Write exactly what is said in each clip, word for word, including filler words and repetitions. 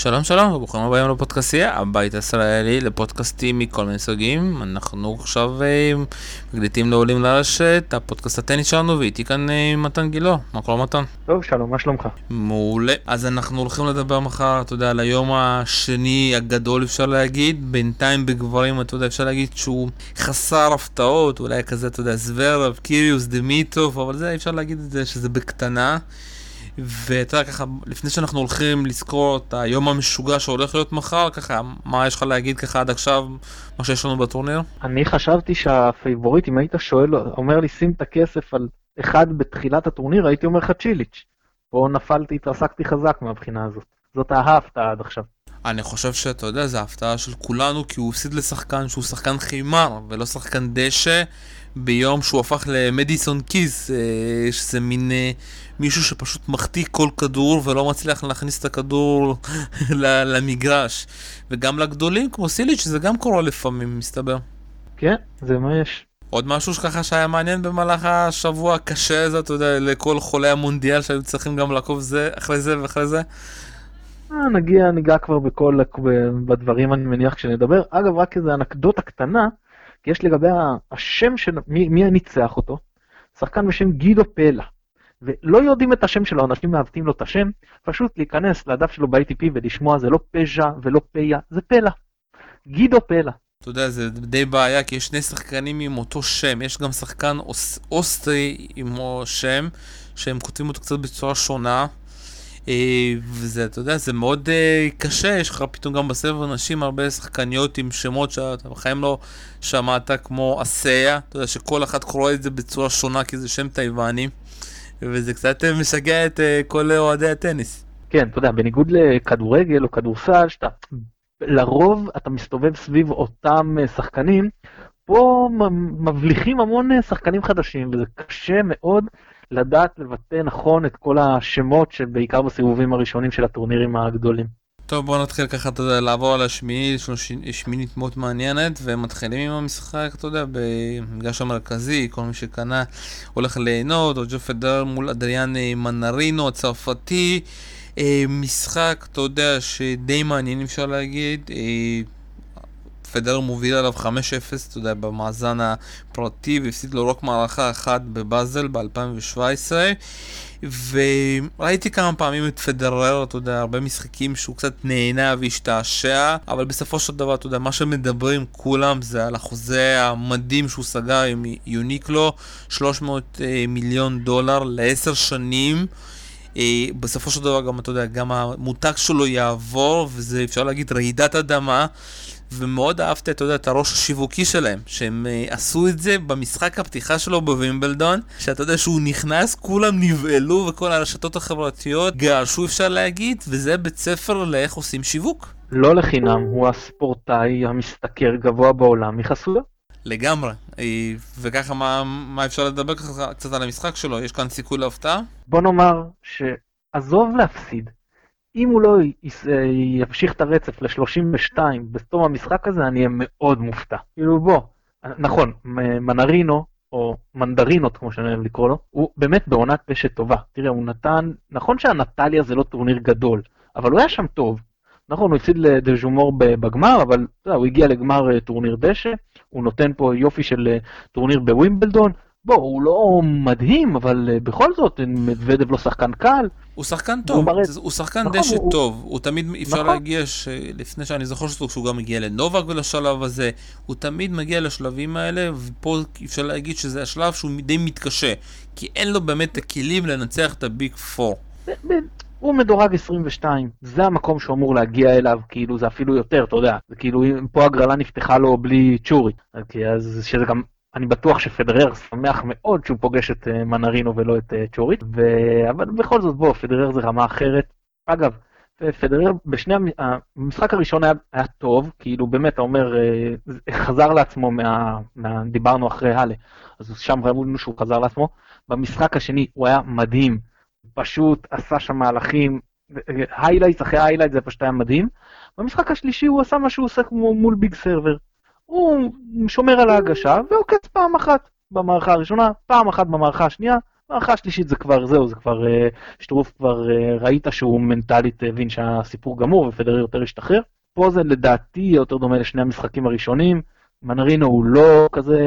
שלום שלום וברוכים הבאים לפודקאסטייה, הבית הישראלי לפודקאסטים מכל מיני סוגים. אנחנו עכשיו אה, מקליטים לעולים לרשת, הפודקאסט הטניס שלנו, ואיתי כאן אה, מתן גילו. מה קורה מתן? טוב, שלום, מה שלומך? מעולה. אז אנחנו הולכים לדבר מחר, אתה יודע, על היום השני הגדול אפשר להגיד, בינתיים בגברים, אתה יודע, אפשר להגיד שהוא חסר הפתעות, אולי כזה, אתה יודע, זוורב, קיריוס, דמיטרוב, אבל זה אפשר להגיד את זה שזה בקטנה. ואתה יודע ככה, לפני שאנחנו הולכים לזכור את היום המשוגע שהולך להיות מחר, ככה, מה יש לך להגיד ככה עד עכשיו, מה שיש לנו בטורניר? אני חשבתי שהפייבוריט, אם היית שואל, אומר לי שים את הכסף על אחד בתחילת הטורניר, הייתי אומר לך צ'יליץ'. פה נפלתי, התרסקתי חזק מהבחינה הזאת. זאת ההפתעה עד עכשיו. אני חושב שאתה יודע, זו ההפתעה של כולנו, כי הוא הפסיד לשחקן שהוא שחקן חימר, ולא שחקן דשא, ביום שהוא הפך למדיסון קיז, שזה מין מישהו שפשוט מחטיא כל כדור, ולא מצליח להכניס את הכדור למגרש. וגם לגדולים, כמו סיליץ', שזה גם קורה לפעמים, מסתבר. כן, זה מה יש. עוד משהו שככה שהיה מעניין במהלך השבוע הקשה הזה, אתה יודע, לכל חולי המונדיאל שהיו צריכים גם לעקוב זה, אחרי זה ואחרי זה. אה, נגיע, ניגע כבר בכל, בדברים אני מניח כשנדבר. אגב, רק איזו אנקדוטה קטנה, כי יש לגבי השם של, מי, מי הניצח אותו? שחקן בשם גידו פלה. ולא יודעים את השם שלו, אנשים מעוותים לו את השם, פשוט להיכנס לדף שלו ב-איי טי פי ולשמוע, זה לא פז'ה ולא פיה, זה פלה. גידו פלה. אתה יודע, זה די בעיה, כי יש שני שחקנים עם אותו שם, יש גם שחקן אוס, אוסטרי עם שם, שהם כותבים אותו קצת בצורה שונה, וזה, אתה יודע, זה מאוד קשה, יש לך פתאום גם בסבב אנשים הרבה שחקניות עם שמות שאתה בחיים לא שמעת, כמו אסיה, אתה יודע שכל אחד קורא את זה בצורה שונה, כי זה שם טייוואני, וזה קצת משגע את כל אוהדי הטניס. כן, אתה יודע, בניגוד לכדורגל או כדורסל, שאתה לרוב אתה מסתובב סביב אותם שחקנים, פה מבליחים המון שחקנים חדשים, וזה קשה מאוד לדעת לבטא נכון את כל השמות שבעיקר בסיבובים הראשונים של הטורנירים הגדולים. טוב, בואו נתחיל ככה, אתה יודע, לעבור על השמינית, שמינית מאוד מעניינת, ומתחילים עם המשחק, אתה יודע, במגרש המרכזי, כל מי שקנה הולך ליהנות, רוג'ר פדרר מול אדריאן מנרינו הצרפתי, משחק, אתה יודע, שדי מעניין אפשר להגיד, פדרר מוביל עליו חמש אפס, אתה יודע, במאזן הפרטי, והפסיד לו רק מערכה אחת בבאזל ב-אלפיים שבע עשרה, וראיתי כמה פעמים את פדרר, אתה יודע, הרבה משחקים שהוא קצת נהנה והשתעשע, אבל בסופו של דבר, אתה יודע, מה שמדברים כולם זה על החוזה המדהים שהוא סגר עם יוניקלו, שלוש מאות מיליון דולר לעשר שנים, בסופו של דבר גם, אתה יודע, גם המותג שלו יעבור, וזה אפשר להגיד רעידת אדמה, ומאוד אהבתי, אתה יודע, את הראש השיווקי שלהם, שהם uh, עשו את זה במשחק הפתיחה שלו בווימבלדון, שאתה יודע שהוא נכנס, כולם נבעלו, וכל הרשתות החברתיות גרשו אפשר להגיד, וזה בית ספר לאיך עושים שיווק. לא לחינם, הוא הספורטאי המשתכר גבוה בעולם מחסויה. לגמרי, וככה מה, מה אפשר לדבר ככה קצת על המשחק שלו? יש כאן סיכוי להפתעה? בוא נאמר שעזוב להפסיד, אם הוא לא ימשיך את הרצף ל-שלושים ושתיים בסתום המשחק הזה, אני אהיה מאוד מופתע. כאילו בוא, נכון, מנרינו, או מנדרינות, כמו שאני אוהב לקרוא לו, הוא באמת בעונת פשט טובה. תראה, הוא נתן, נכון שהנטליה זה לא טורניר גדול, אבל הוא היה שם טוב. נכון, הוא הפסיד לדז'ומור בגמר, אבל אתה יודע, הוא הגיע לגמר טורניר דשא, הוא נותן פה יופי של טורניר בווימבלדון, בוא, הוא לא מדהים, אבל בכל זאת, מדוודב לא שחקן קל. הוא שחקן טוב, הוא שחקן דשא טוב, הוא תמיד אפשר להגיע, לפני שאני זוכר שאתה, כשהוא גם מגיע לנובק ולשלב הזה, הוא תמיד מגיע לשלבים האלה, ופה אפשר להגיד שזה השלב שהוא די מתקשה, כי אין לו באמת את הכלים לנצח את הביג פור. הוא מדורג עשרים ושתיים, זה המקום שהוא אמור להגיע אליו, כאילו זה אפילו יותר, אתה יודע, זה כאילו פה הגרלה נפתחה לו בלי צ'ורי, אז שזה גם, אני בטוח שפדרר שמח מאוד שהוא פוגש את מנרינו ולא את צ'ורית, ו... אבל בכל זאת בוא, פדרר זה רמה אחרת. אגב, פדרר בשני המשחק הראשון היה, היה טוב, כאילו באמת אתה אומר, חזר לעצמו, מה... מה... דיברנו אחרי הלה, אז שם ראינו שהוא חזר לעצמו. במשחק השני הוא היה מדהים, פשוט עשה שם מהלכים, היילייטס אחרי היילייטס זה פשוט היה מדהים. במשחק השלישי הוא עשה מה שהוא עושה מול ביג סרבר, הוא שומר על ההגשה ועוקץ פעם אחת במערכה הראשונה, פעם אחת במערכה השנייה, מערכה השלישית זה כבר זהו, זה כבר, שטרוף כבר ראית שהוא מנטלית הבין שהסיפור גמור ופדרר יותר השתחרר. פה זה לדעתי יותר דומה לשני המשחקים הראשונים, מנרינו הוא לא כזה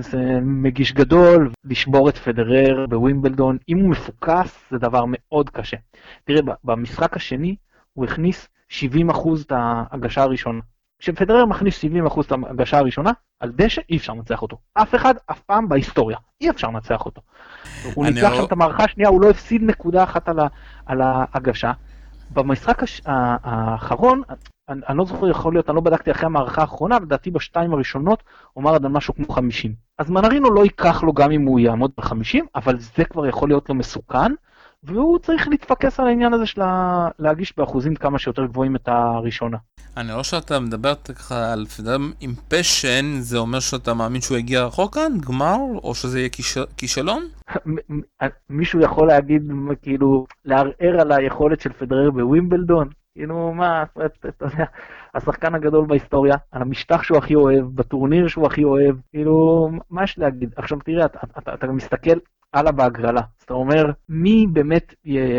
מגיש גדול, לשבור את פדרר בווימבלדון, אם הוא מפוקס זה דבר מאוד קשה. תראה, במשחק השני הוא הכניס שבעים אחוז את ההגשה הראשונה. כשפדרר מכניס שבעים אחוז את ההגשה הראשונה, על דשא אי אפשר לנצח אותו. אף אחד, אף פעם בהיסטוריה, אי אפשר לנצח אותו. הוא ניצח שם את המערכה השנייה, הוא לא הפסיד נקודה אחת על ההגשה. במשחק האחרון, אני, אני לא זוכר, יכול להיות, אני לא בדקתי אחרי המערכה האחרונה, לדעתי בשתיים הראשונות הוא אמר עד משהו כמו חמישים. אז מנרינו לא ייקח לו גם אם הוא יעמוד ב-חמישים, אבל זה כבר יכול להיות לו מסוכן, והוא צריך להתפקס על העניין הזה של להגיש באחוזים כמה שיותר גבוהים את הראשונה. אני לא שאתה מדבר ככה על פדרר עם פשן, זה אומר שאתה מאמין שהוא יגיע רחוק כאן, גמר, או שזה יהיה כישלון? מישהו יכול להגיד, כאילו, לערער על היכולת של פדרר בווימבלדון? כאילו, מה, אתה יודע, השחקן הגדול בהיסטוריה, על המשטח שהוא הכי אוהב, בטורניר שהוא הכי אוהב, כאילו, מה יש להגיד? עכשיו תראה, אתה, אתה, אתה מסתכל הלאה בהגרלה, אז אתה אומר, מי באמת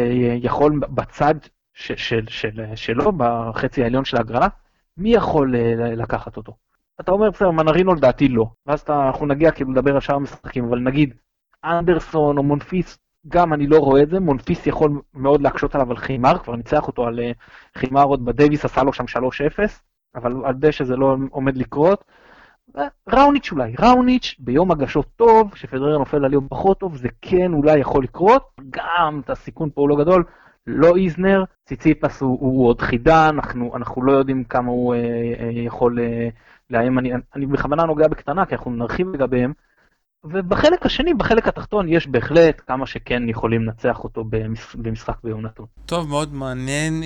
יכול בצד של, של, של, שלו, בחצי העליון של ההגרלה, מי יכול לקחת אותו? אתה אומר, בסדר, מנרינו לדעתי לא, ואז אתה, אנחנו נגיע כאילו לדבר על שאר המשחקים, אבל נגיד, אנדרסון או מונפיס, גם אני לא רואה את זה, מונפיס יכול מאוד להקשות עליו על חימר, כבר ניצח אותו על חימר עוד בדייביס, עשה לו שם שלוש אפס, אבל על דשא זה לא עומד לקרות. ראוניץ' אולי, ראוניץ' ביום הגשות טוב, שפדרר נופל על יום פחות טוב, זה כן אולי יכול לקרות, גם את הסיכון פה הוא לא גדול, לא איזנר, ציציפס הוא, הוא עוד חידה, אנחנו, אנחנו לא יודעים כמה הוא אה, אה, יכול אה, לאיים, אני, אני בכוונה נוגע בקטנה, כי אנחנו נרחיב לגביהם, ובחלק השני, בחלק התחתון, יש בהחלט כמה שכן יכולים לנצח אותו במשחק בעונתו. טוב, מאוד מעניין.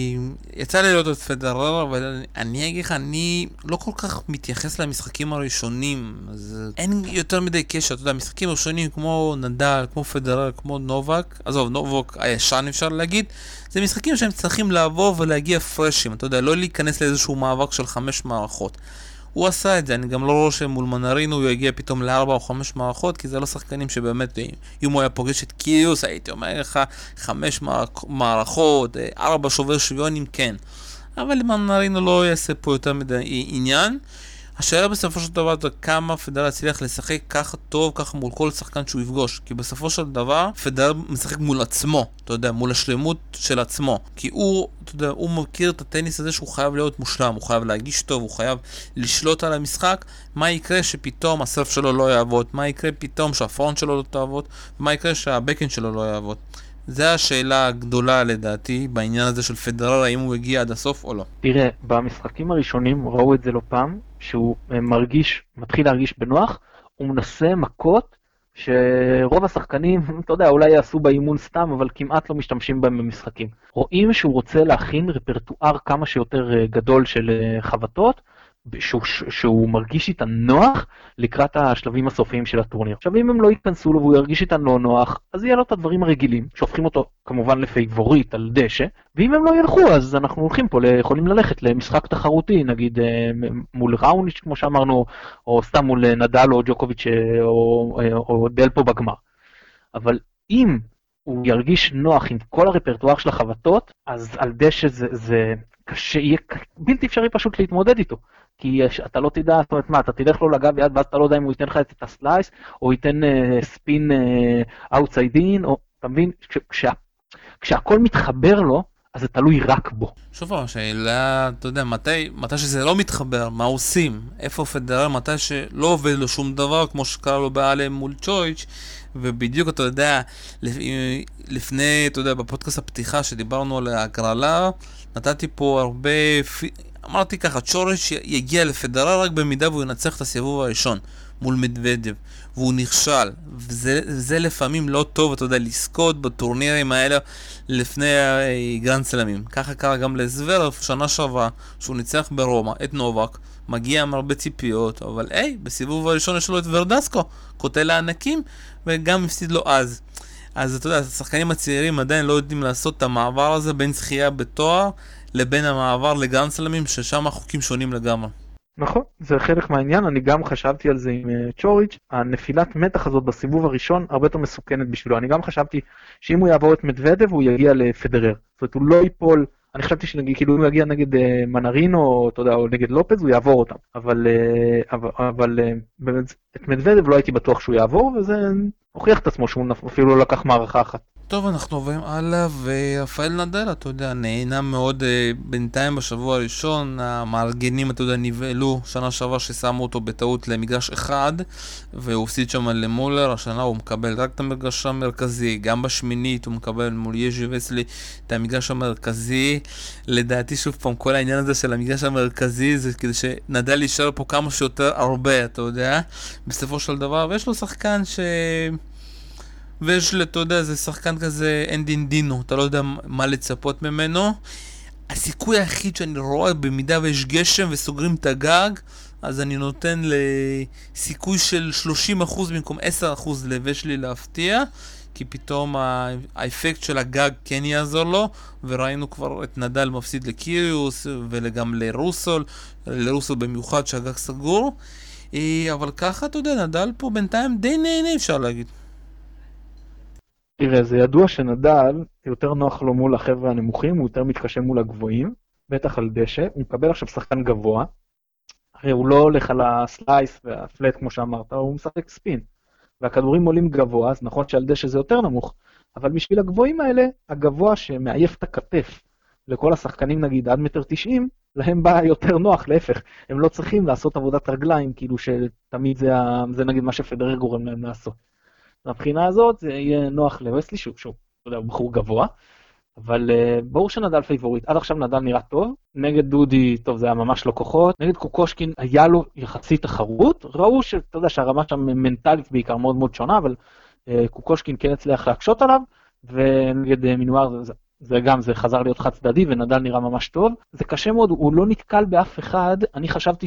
יצא לי לראות את פדרר, אבל אני אגיד לך, אני לא כל כך מתייחס למשחקים הראשונים, אז אין יותר מדי קשר. אתה יודע, משחקים ראשונים כמו נדל, כמו פדרר, כמו נובק, עזוב, נובק הישן אפשר להגיד, זה משחקים שהם צריכים לעבור ולהגיע פרשים, אתה יודע, לא להיכנס לאיזשהו מאבק של חמש מערכות. הוא עשה את זה, אני גם לא רואה שמול מנרינו הוא יגיע פתאום לארבע או חמש מערכות, כי זה לא שחקנים שבאמת, אם הוא היה פוגש את קיוס, הייתי אומר לך, חמש מערכות, ארבע שובר שוויונים, כן. אבל מנרינו לא יעשה פה יותר מדי עניין. השאלה בסופו של דבר זה כמה פדרר הצליח לשחק ככה טוב, ככה מול כל שחקן שהוא יפגוש. כי בסופו של דבר פדרר משחק מול עצמו, אתה יודע, מול השלמות של עצמו. כי הוא, אתה יודע, הוא מכיר את הטניס הזה שהוא חייב להיות מושלם, הוא חייב להגיש טוב, הוא חייב לשלוט על המשחק. מה יקרה שפתאום הסרף שלו לא יעבוד? מה יקרה פתאום שהפרונט שלו לא תעבוד? ומה יקרה שהבקן שלו לא יעבוד? זו השאלה הגדולה לדעתי בעניין הזה של פדרר, האם הוא הגיע עד הסוף או לא. תראה, במשחקים הראשונים ראו את זה לא פעם, שהוא מרגיש, מתחיל להרגיש בנוח, הוא מנסה מכות שרוב השחקנים, אתה יודע, אולי יעשו באימון סתם, אבל כמעט לא משתמשים בהם במשחקים. רואים שהוא רוצה להכין רפרטואר כמה שיותר גדול של חבטות, שהוא, שהוא מרגיש איתן נוח לקראת השלבים הסופיים של הטורניר. עכשיו אם הם לא ייכנסו לו והוא ירגיש איתן לא נוח, אז יהיה לו את הדברים הרגילים, שהופכים אותו כמובן לפייבוריט על דשא, ואם הם לא ילכו אז אנחנו הולכים פה, יכולים ללכת למשחק תחרותי, נגיד מול ראוניץ' כמו שאמרנו, או סתם מול נדל או ג'וקוביץ' או, או, או דל פה בגמר. אבל אם הוא ירגיש נוח עם כל הרפרטואר של החבטות, אז על דשא זה, זה קשה, יהיה בלתי אפשרי פשוט להתמודד איתו. כי אתה לא תדע, זאת אומרת מה, אתה תלך לו לגב יד, ואז אתה לא יודע אם הוא ייתן לך את הסלייס, או ייתן ספין אאוטסיידין, או אתה מבין, כשה, כשהכל מתחבר לו, אז זה תלוי רק בו. שוב, השאלה, אתה יודע, מתי, מתי שזה לא מתחבר, מה עושים? איפה פדרר, מתי שלא עובד לו שום דבר, כמו שקרה לו בעלם מול צ'ויץ', ובדיוק אתה יודע, לפני, אתה יודע, בפודקאסט הפתיחה שדיברנו על הגרלה, נתתי פה הרבה, אמרתי ככה, צ'ויץ' יגיע לפדרר רק במידה והוא ינצח את הסיבוב הראשון מול מדוודב, והוא נכשל, וזה, וזה לפעמים לא טוב, אתה יודע, לזכות בטורנירים האלה לפני גרנד סלמים. ככה קרה גם לזוורב שנה שעברה, שהוא ניצח ברומא את נובק, מגיע עם הרבה ציפיות, אבל היי, בסיבוב הראשון יש לו את ורדסקו, קוטל הענקים, וגם הפסיד לו אז. אז אתה יודע, השחקנים הצעירים עדיין לא יודעים לעשות את המעבר הזה בין זכייה בתואר לבין המעבר לגרנד סלמים, ששם החוקים שונים לגמרי. נכון, זה חלק מהעניין, אני גם חשבתי על זה עם אה, צ'וריץ', הנפילת מתח הזאת בסיבוב הראשון הרבה יותר מסוכנת בשבילו, אני גם חשבתי שאם הוא יעבור את מדוודב הוא יגיע לפדרר, זאת אומרת הוא לא ייפול, אני חשבתי שכאילו אם הוא יגיע נגד אה, מנרינו או, אתה יודע, או נגד לופז הוא יעבור אותם, אבל, אה, אבל, אבל אה, באמת, את מדוודב לא הייתי בטוח שהוא יעבור, וזה הוכיח את עצמו שהוא אפילו לא לקח מערכה אחת. טוב, אנחנו עוברים הלאה, ורפאל נדל, אתה יודע, נהנה מאוד uh, בינתיים בשבוע הראשון, המארגנים, אתה יודע, נבעלו שנה שעבר ששמו אותו בטעות למגרש אחד, והוא הפסיד שם למולר, השנה הוא מקבל רק את המגרש המרכזי, גם בשמינית הוא מקבל מול יז'י וסלי את המגרש המרכזי, לדעתי שוב פעם, כל העניין הזה של המגרש המרכזי זה כדי שנדל יישאר פה כמה שיותר הרבה, אתה יודע, בסופו של דבר, ויש לו שחקן ש... ויש, אתה יודע, זה שחקן כזה אין דין דינו, אתה לא יודע מה לצפות ממנו. הסיכוי היחיד שאני רואה במידה ויש גשם וסוגרים את הגג, אז אני נותן לסיכוי של שלושים אחוז במקום עשרה אחוז לבשלי להפתיע, כי פתאום האפקט של הגג כן יעזור לו, וראינו כבר את נדל מפסיד לקיריוס וגם לרוסול, לרוסול במיוחד שהגג סגור. אבל ככה, אתה יודע, נדל פה בינתיים די נהנה, אפשר להגיד. תראה, זה ידוע שנדל יותר נוח לו מול החבר'ה הנמוכים, הוא יותר מתקשה מול הגבוהים, בטח על דשא, הוא מקבל עכשיו שחקן גבוה, הרי הוא לא הולך על הסלייס והפלט כמו שאמרת, הוא משחק ספין, והכדורים עולים גבוה, אז נכון שעל דשא זה יותר נמוך, אבל בשביל הגבוהים האלה, הגבוה שמעייף את הכתף לכל השחקנים נגיד עד מטר תשעים, להם בא יותר נוח, להפך, הם לא צריכים לעשות עבודת רגליים, כאילו שתמיד זה, זה נגיד מה שפדרר גורם להם לעשות. מבחינה הזאת זה יהיה נוח לווסלי, שהוא, שהוא, אתה יודע, הוא בחור גבוה, אבל uh, ברור שנדל פייבוריט, עד עכשיו נדל נראה טוב, נגד דודי, טוב זה היה ממש לא כוחות, נגד קוקושקין היה לו יחסית תחרות, ראו שאתה יודע שהרמה שם מנטלית בעיקר מאוד מאוד שונה, אבל uh, קוקושקין כן הצליח להקשות עליו, ונגד uh, מינואר זה, זה גם, זה חזר להיות חד צדדי, ונדל נראה ממש טוב, זה קשה מאוד, הוא לא נתקל באף אחד, אני חשבתי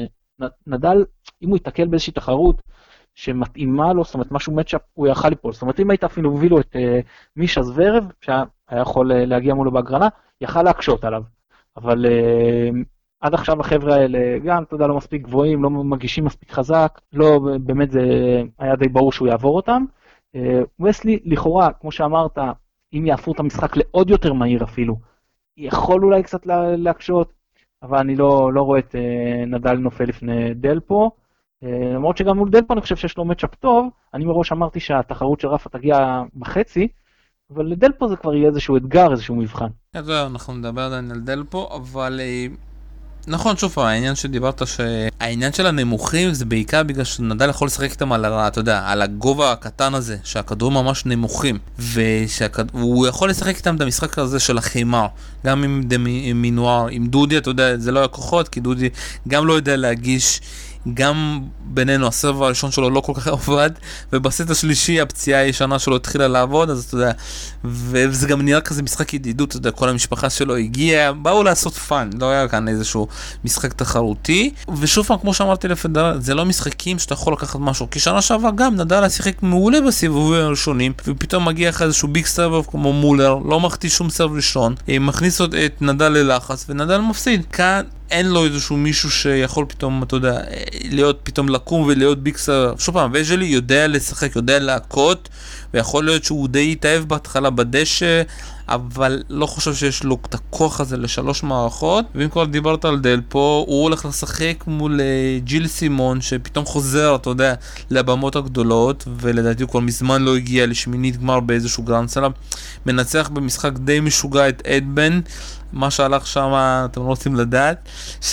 שנדל, אם הוא יתקל באיזושהי תחרות, שמתאימה לו, זאת אומרת, משהו מצ'אפ, הוא יכל ליפול. זאת אומרת, אם היית אפילו הובילו את uh, מישה זוורב, שהיה יכול uh, להגיע מולו בהגרלה, יכל להקשות עליו. אבל uh, עד עכשיו החבר'ה האלה, גם, אתה יודע, לא מספיק גבוהים, לא מגישים מספיק חזק, לא, באמת זה היה די ברור שהוא יעבור אותם. Uh, וסלי, לכאורה, כמו שאמרת, אם יהפכו את המשחק לעוד יותר מהיר אפילו, יכול אולי קצת לה, להקשות, אבל אני לא, לא רואה את uh, נדל נופל לפני דל פה. למרות שגם מול דלפו אני חושב שיש לו מצ'אפ טוב, אני מראש אמרתי שהתחרות של רפה תגיע בחצי, אבל לדלפו זה כבר יהיה איזשהו אתגר, איזשהו מבחן. זהו, אנחנו נדבר עדיין על דלפו, אבל נכון, שוב, העניין שדיברת שהעניין של הנמוכים זה בעיקר בגלל שנדל יכול לשחק איתם על, אתה יודע, על הגובה הקטן הזה, שהכדור ממש נמוכים, והוא יכול לשחק איתם את המשחק הזה של החימר, גם עם, עם מינואר, עם דודי, אתה יודע, זה לא היה כוחות, כי דודי גם לא יודע להגיש, גם בינינו הסרב הראשון שלו לא כל כך עבד, ובסט השלישי הפציעה הישנה שלו התחילה לעבוד, אז אתה יודע, וזה גם נראה כזה משחק ידידות, אתה יודע, כל המשפחה שלו הגיעה, באו לעשות פאן, לא היה כאן איזשהו משחק תחרותי, ושוב פעם, כמו שאמרתי לפדרר, זה לא משחקים שאתה יכול לקחת משהו, כי שנה שעבר גם נדל שיחק מעולה בסיבובים הראשונים, ופתאום מגיע לך איזשהו ביג סרב כמו מולר, לא מחטיא שום סרב ראשון, מכניס את נדל ללחץ, ונדל מפסיד. כאן אין לו איזשהו מישהו שיכול פתאום, אתה יודע, להיות פתאום לקום ולהיות ביג סרב. שוב פעם, וג'לי יודע לשחק, יודע להכות, ויכול להיות שהוא די התאהב בהתחלה בדשא, אבל לא חושב שיש לו את הכוח הזה לשלוש מערכות. ואם כבר דיברת על דלפו, הוא הולך לשחק מול ג'יל סימון, שפתאום חוזר, אתה יודע, לבמות הגדולות, ולדעתי הוא כבר מזמן לא הגיע לשמינית גמר באיזשהו גרנד סלאם. מנצח במשחק די משוגע את אדבן, מה שהלך שם, אתם לא רוצים לדעת,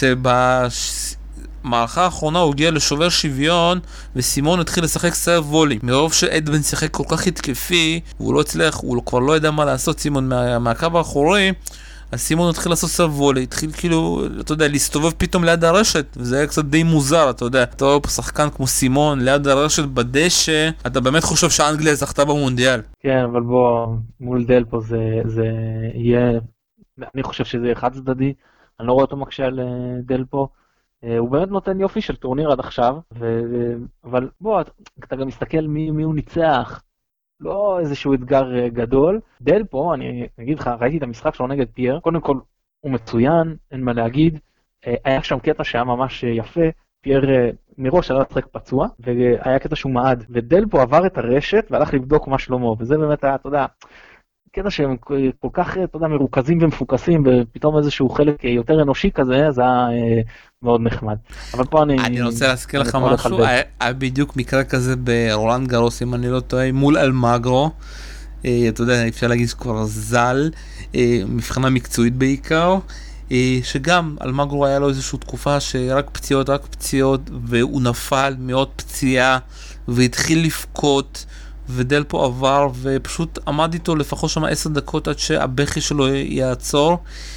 שבמערכה האחרונה הוא הגיע לשובר שוויון, וסימון התחיל לשחק סרב וולי. מרוב שאדבן שיחק כל כך התקפי, והוא לא הצליח, הוא כבר לא ידע מה לעשות, סימון מה, מהקו האחורי, אז סימון התחיל לעשות סרב וולי, התחיל כאילו, אתה יודע, להסתובב פתאום ליד הרשת, וזה היה קצת די מוזר, אתה יודע, אתה רואה פה שחקן כמו סימון, ליד הרשת בדשא, אתה באמת חושב שאנגליה זכתה במונדיאל. כן, אבל בוא, מול דלפו זה, זה יהיה, אני חושב שזה חד צדדי, אני לא רואה אותו מקשה על דלפו, הוא באמת נותן יופי של טורניר עד עכשיו, ו... אבל בוא, אתה גם מסתכל מי, מי הוא ניצח, לא איזשהו אתגר גדול. דלפו, אני אגיד לך, ראיתי את המשחק שלו נגד פייר, קודם כל הוא מצוין, אין מה להגיד, היה שם קטע שהיה ממש יפה, פייר אה, מראש היה לשחק פצוע, והיה קטע שהוא מעד, ודלפו עבר את הרשת והלך לבדוק מה שלמה, וזה באמת היה, אתה יודע, קטע שהם כל כך, אתה יודע, מרוכזים ומפוקסים, ופתאום איזשהו חלק יותר אנושי כזה, זה היה אה, מאוד נחמד. אבל פה אני... אני רוצה להזכיר לך משהו, היה, היה בדיוק מקרה כזה ברולנד גרוס, אם אני לא טועה, מול אלמגרו, אה, אתה יודע, אפשר להגיד שכבר זל, אה, מבחנה מקצועית בעיקר, אה, שגם אלמגרו היה לו איזושהי תקופה שרק פציעות, רק פציעות, והוא נפל מאוד פציעה, והתחיל לבכות, ודלפו עבר ופשוט עמד איתו לפחות שם עשר דקות עד שהבכי שלו יעצור,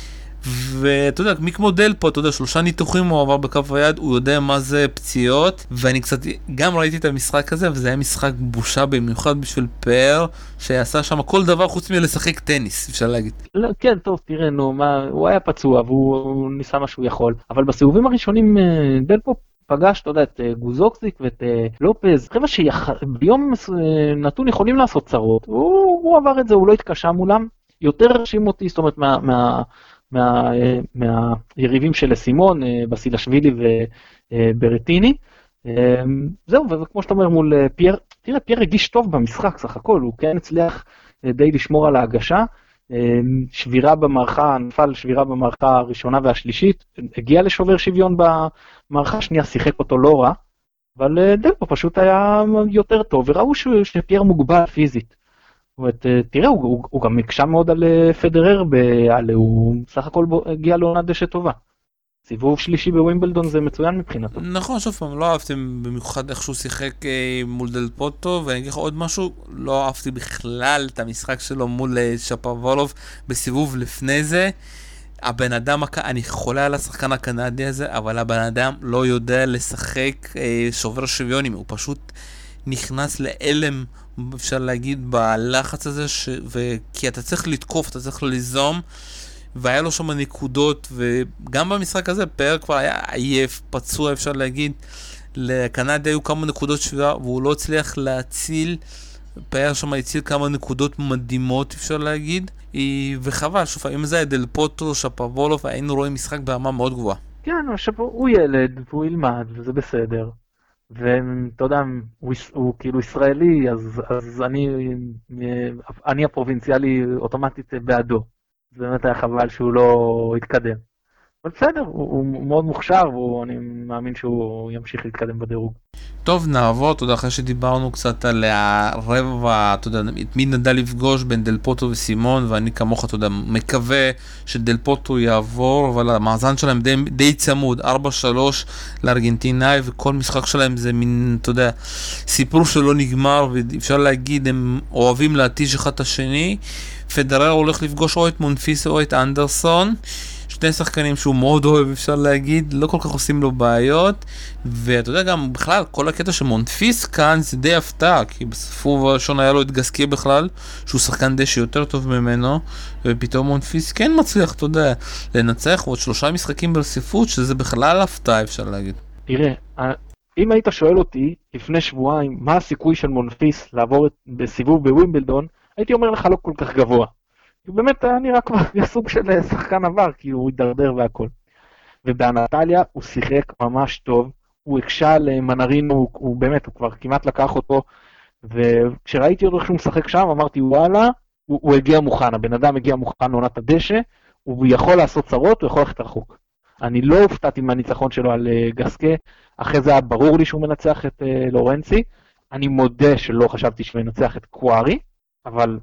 ואתה יודע, מי כמו דלפו, אתה יודע, שלושה ניתוחים הוא עבר בכף היד, הוא יודע מה זה פציעות, ואני קצת גם ראיתי את המשחק הזה, וזה היה משחק בושה במיוחד בשביל פאר, שעשה שם כל דבר חוץ מלשחק טניס, אפשר להגיד. לא, כן, טוב, תראה, נו, מה, הוא היה פצוע והוא ניסה מה שהוא יכול, אבל בסיבובים הראשונים דלפו פגש, אתה יודע, את גוזוקסיק ואת לופז, חבר'ה שביום נתון יכולים לעשות צרות, הוא, הוא עבר את זה, הוא לא התקשה מולם, יותר הרשים אותי, זאת אומרת, מה, מה, מה, מהיריבים של סימון, בסילשווילי וברטיני, זהו, וכמו שאתה אומר מול פייר, תראה, פייר הגיש טוב במשחק, סך הכל, הוא כן הצליח די לשמור על ההגשה, שבירה במערכה, נפל שבירה במערכה הראשונה והשלישית, הגיע לשובר שוויון במערכה השנייה, שיחק אותו לא רע, אבל דלפו פשוט היה יותר טוב, וראו שפייר מוגבל פיזית. אומרת, תראה, הוא, הוא, הוא גם מקשה מאוד על פדרר, על, הוא סך הכל הגיע לעונה דשא טובה. סיבוב שלישי בווימבלדון זה מצוין מבחינתו. נכון, שוב פעם, לא אהבתם במיוחד איך שהוא שיחק אה, מול דל פוטו, ואני אגיד לך עוד משהו, לא אהבתי בכלל את המשחק שלו מול אה, שפרבולוב בסיבוב לפני זה. הבן אדם, אני חולה על השחקן הקנדי הזה, אבל הבן אדם לא יודע לשחק אה, שובר שוויונים, הוא פשוט נכנס לאלם, אפשר להגיד, בלחץ הזה, ש... ו... כי אתה צריך לתקוף, אתה צריך ליזום, והיה לו שם נקודות, וגם במשחק הזה פאר כבר היה עייף, פצוע, אפשר להגיד, לקנדה היו כמה נקודות שבירה, והוא לא הצליח להציל, פאר שם הציל כמה נקודות מדהימות, אפשר להגיד, וחבל, שוב, אם זה היה דל פוטו, שפרבולוב, היינו רואים משחק ברמה מאוד גבוהה. כן, הוא ילד, והוא ילמד, וזה בסדר. ואתה יודע, הוא, הוא כאילו ישראלי, אז, אז אני, אני הפרובינציאלי אוטומטית בעדו. זה באמת היה חבל שהוא לא התקדם. אבל בסדר, הוא, הוא מאוד מוכשר, ואני מאמין שהוא ימשיך להתקדם בדירוג. טוב, נעבור, תודה, אחרי שדיברנו קצת על הרבע, אתה יודע, את מי נדע לפגוש בין דל פוטו וסימון, ואני כמוך, אתה יודע, מקווה שדל פוטו יעבור, אבל המאזן שלהם די, די צמוד, ארבע שלוש לארגנטינאי, וכל משחק שלהם זה מין, אתה יודע, סיפור שלא נגמר, ואפשר להגיד, הם אוהבים להתיש אחד את השני. פדרר הולך לפגוש או את מונפיס או את אנדרסון, שני שחקנים שהוא מאוד אוהב, אפשר להגיד, לא כל כך עושים לו בעיות, ואתה יודע גם בכלל, כל הקטע של מונפיס כאן זה די הפתעה, כי בספור הראשון היה לו את גסקי בכלל, שהוא שחקן דשא יותר טוב ממנו, ופתאום מונפיס כן מצליח, אתה יודע, לנצח עוד שלושה משחקים ברציפות, שזה בכלל הפתעה, אפשר להגיד. תראה, אם היית שואל אותי לפני שבועיים, מה הסיכוי של מונפיס לעבור בסיבוב בווימבלדון, הייתי אומר לך לא כל כך גבוה. באמת היה נראה כבר סוג של שחקן עבר, כי הוא הידרדר והכל. ובאנטליה הוא שיחק ממש טוב, הוא הקשה למנרינו, הוא, הוא באמת, הוא כבר כמעט לקח אותו, וכשראיתי אותו שהוא משחק שם, אמרתי וואלה, הוא, הוא הגיע מוכן, הבן אדם הגיע מוכן לעונת הדשא, הוא יכול לעשות צרות, הוא יכול ללכת רחוק. אני לא הופתעתי מהניצחון שלו על גסקה, אחרי זה היה ברור לי שהוא מנצח את לורנצי, אני מודה שלא חשבתי שהוא מנצח את קוארי, אבל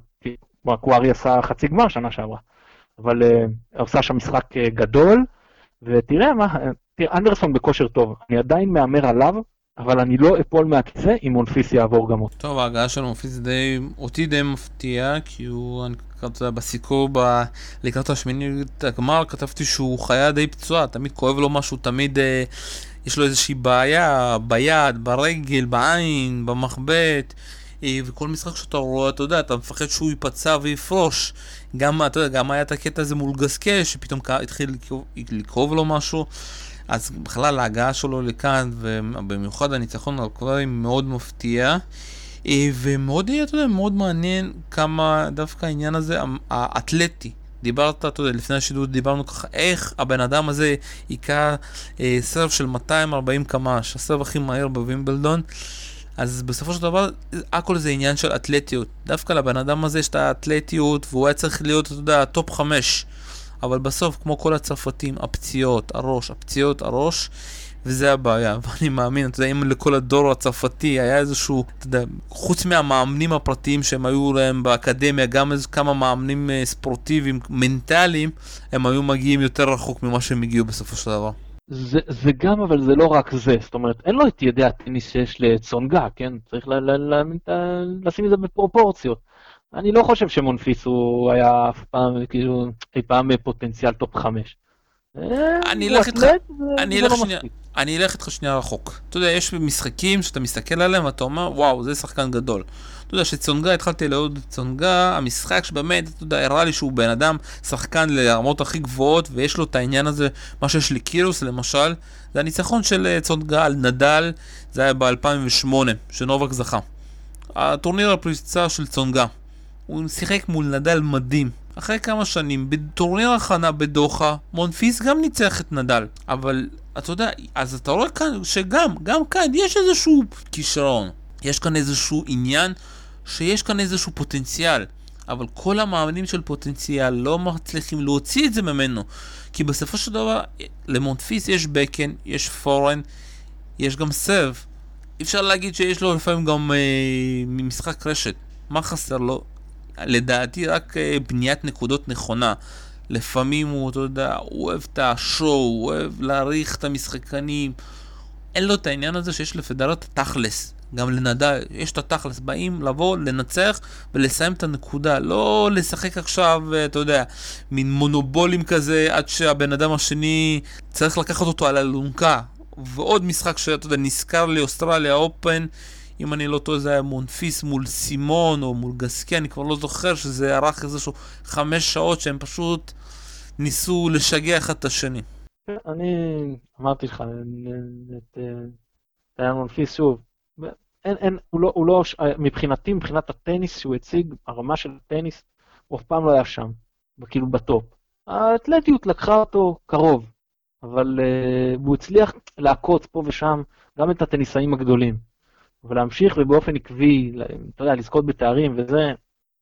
קוארי עשה חצי גמר שנה שעברה, אבל uh, עושה שם משחק uh, גדול, ותראה מה, תראה, אנדרסון בכושר טוב, אני עדיין מאמר עליו, אבל אני לא אפול מהכיסא אם מונפיס יעבור גם אותו. טוב, ההגעה של מונפיס די, אותי די מפתיע, כי הוא, אני כתבתי בסיקור, ב... לקראת השמינית הגמר, כתבתי שהוא חיה די פצועה, תמיד כואב לו משהו, תמיד uh, יש לו איזושהי בעיה, ביד, ברגל, בעין, במחבט, וכל משחק שאתה רואה, אתה יודע, אתה מפחד שהוא ייפצע ויפרוש. גם, אתה יודע, גם היה את הקטע הזה מול גסקה, שפתאום התחיל לקרוב לו משהו. אז בכלל, ההגעה שלו לכאן, ובמיוחד הניצחון על קווארים מאוד מפתיע. ומאוד, אתה יודע, מאוד מעניין כמה דווקא העניין הזה, האתלטי, דיברת, אתה יודע, לפני השידור דיברנו ככה, איך הבן אדם הזה יקע אה, סרב של מאתיים וארבעים קמ"ש, הסרב הכי מהיר בווימבלדון. אז בסופו של דבר, הכל זה עניין של אתלטיות. דווקא לבן אדם הזה יש את האתלטיות, והוא היה צריך להיות, אתה יודע, טופ חמש. אבל בסוף, כמו כל הצרפתים, הפציעות, הראש, הפציעות, הראש, וזה הבעיה. ואני מאמין, אתה יודע, אם לכל הדור הצרפתי היה איזשהו, אתה יודע, חוץ מהמאמנים הפרטיים שהם היו להם באקדמיה, גם איזה כמה מאמנים ספורטיביים, מנטליים, הם היו מגיעים יותר רחוק ממה שהם הגיעו בסופו של דבר. זה, זה גם, אבל זה לא רק זה, זאת אומרת, אין לו את ידי הטניס שיש לצונגה, כן? צריך ל, ל, ל, ל, לשים את זה בפרופורציות. אני לא חושב שמונפיס הוא היה אף פעם, כאילו, אי פעם פוטנציאל טופ חמש. אני אלך איתך, אני אלך שנייה, אני אלך איתך שנייה רחוק. אתה יודע, יש משחקים שאתה מסתכל עליהם ואתה אומר, וואו, זה שחקן גדול. אתה יודע, שצונגה, התחלתי לעוד צונגה, המשחק שבאמת, אתה יודע, הראה לי שהוא בן אדם, שחקן לרמות הכי גבוהות, ויש לו את העניין הזה, מה שיש לי קירוס למשל, זה הניצחון של צונגה על נדל, זה היה ב-אלפיים ושמונה, שנובק זכה. הטורניר הפריצה של צונגה, הוא שיחק מול נדל מדהים. אחרי כמה שנים, בטורניר הכנה בדוחה, מונפיס גם ניצח את נדל. אבל, אתה יודע, אז אתה רואה כאן שגם, גם כאן, יש איזשהו כישרון. יש כאן איזשהו עניין, שיש כאן איזשהו פוטנציאל. אבל כל המאמנים של פוטנציאל לא מצליחים להוציא את זה ממנו. כי בסופו של דבר, למונפיס יש בקן, יש פורן, יש גם סרב. אפשר להגיד שיש לו לפעמים גם אה, ממשחק רשת. מה חסר לו? לדעתי רק בניית נקודות נכונה. לפעמים הוא, אתה יודע, הוא אוהב את השואו, הוא אוהב להעריך את המשחקנים. אין לו את העניין הזה שיש לפדרר את התכלס. גם לנדל, יש את התכלס. באים לבוא, לנצח ולסיים את הנקודה. לא לשחק עכשיו, אתה יודע, מין מונובולים כזה, עד שהבן אדם השני צריך לקחת אותו על אלונקה. ועוד משחק שאתה יודע, נזכר לי אוסטרליה אופן, אם אני לא טועה זה היה מונפיס מול סימון או מול גסקי, אני כבר לא זוכר שזה ערך איזשהו חמש שעות שהם פשוט ניסו לשגע אחד את השני. אני אמרתי לך, את היה מונפיס שוב, אין, אין, הוא לא, הוא לא, מבחינתי, מבחינת הטניס שהוא הציג, הרמה של הטניס, הוא אף פעם לא היה שם, כאילו בטופ. האתלטיות לקחה אותו קרוב, אבל uh, הוא הצליח לעקוץ פה ושם גם את הטניסאים הגדולים. ולהמשיך ובאופן עקבי, אתה יודע, לזכות בתארים וזה,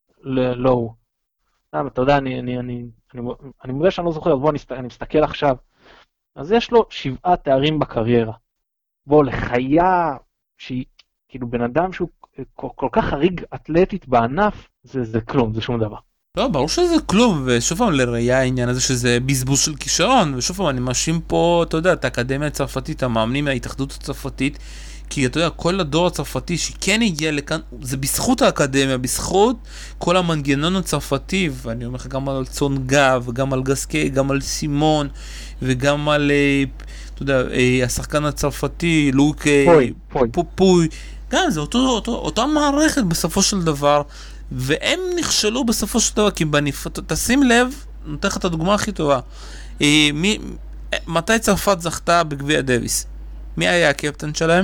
לא הוא. אתה יודע, אני, אני, אני, אני, אני מודה שאני לא זוכר, בוא, אני, אני מסתכל עכשיו. אז יש לו שבעה תארים בקריירה. בוא, לחיה, שהיא, כאילו, בן אדם שהוא כל, כל כך חריג אתלטית בענף, זה, זה כלום, זה שום דבר. לא, ברור שזה כלום, ושוב פעם לראייה העניין הזה שזה בזבוז של כישרון, ושוב פעם אני מאשים פה, אתה יודע, את האקדמיה הצרפתית, המאמנים מההתאחדות הצרפתית, כי אתה יודע, כל הדור הצרפתי שכן הגיע לכאן, זה בזכות האקדמיה, בזכות כל המנגנון הצרפתי, ואני אומר לך גם על צונגה, וגם על גסקי, גם על סימון, וגם על, אתה יודע, השחקן הצרפתי, לוק פוי, פוי. פוי, גם זה אותו, אותו, אותה מערכת בסופו של דבר, והם נכשלו בסופו של דבר, כי בנפ... תשים לב, נותן לך את הדוגמה הכי טובה, מי, מתי צרפת זכתה בגביע דוויס? מי היה הקפטן שלהם?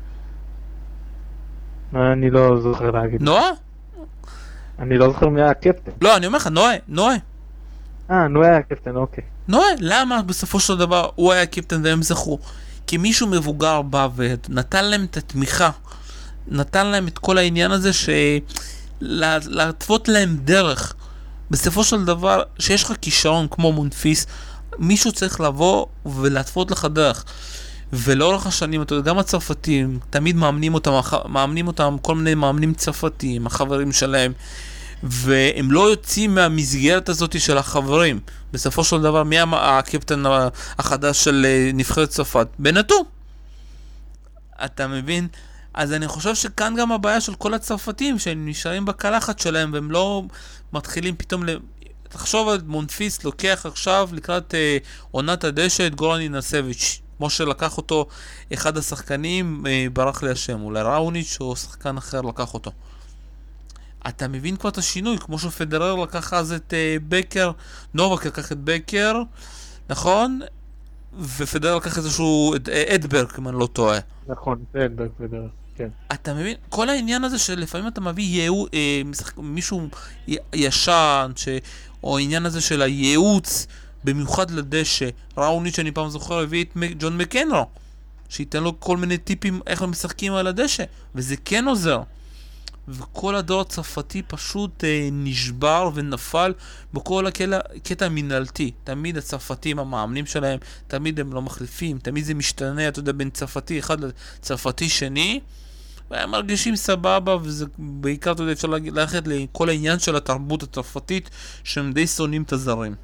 אני לא זוכר להגיד. נועה? אני לא זוכר מי היה הקפטן. לא, אני אומר לך, נועה, נועה. אה, נועה היה הקפטן, אוקיי. נועה, למה בסופו של דבר הוא היה הקפטן והם זכו? כי מישהו מבוגר בא ונתן להם את התמיכה, נתן להם את כל העניין הזה שלהטוות להם דרך. בסופו של דבר, שיש לך כישרון כמו מונפיס, מישהו צריך לבוא ולהטוות לך דרך. ולאורך השנים, אתה יודע, גם הצרפתים, תמיד מאמנים אותם, מאמנים אותם, כל מיני מאמנים צרפתיים, החברים שלהם, והם לא יוצאים מהמסגרת הזאת של החברים. בסופו של דבר, מי הקפטן החדש של נבחרת צרפת? בנטו. אתה מבין? אז אני חושב שכאן גם הבעיה של כל הצרפתים, שהם נשארים בקלחת שלהם, והם לא מתחילים פתאום ל... תחשוב על מונפיס, לוקח עכשיו לקראת אה, עונת הדשא את גורן אינאסביץ', כמו שלקח אותו אחד השחקנים, אה, ברח לי השם, אולי ראוניץ' או שחקן אחר לקח אותו. אתה מבין כבר את השינוי, כמו שפדרר לקח אז את אה, בקר, נובק לקח את בקר, נכון? ופדרר לקח איזשהו, את אה, אדברג, אם אני לא טועה. נכון, אדברג פדרר. כן. אתה מבין? כל העניין הזה שלפעמים אתה מביא ייעוץ, אה, משחק, מישהו י- ישן, ש... או העניין הזה של הייעוץ, במיוחד לדשא. ראוניץ' שאני פעם זוכר הביא את מ- ג'ון מקנרו, שייתן לו כל מיני טיפים איך הם משחקים על הדשא, וזה כן עוזר. וכל הדור הצרפתי פשוט אה, נשבר ונפל בכל הקטע, הקטע המנהלתי. תמיד הצרפתים, המאמנים שלהם, תמיד הם לא מחליפים, תמיד זה משתנה, אתה יודע, בין צרפתי אחד לצרפתי שני, והם מרגישים סבבה, וזה בעיקר, אתה יודע, אפשר ללכת לכל העניין של התרבות הצרפתית, שהם די שונאים את הזרים.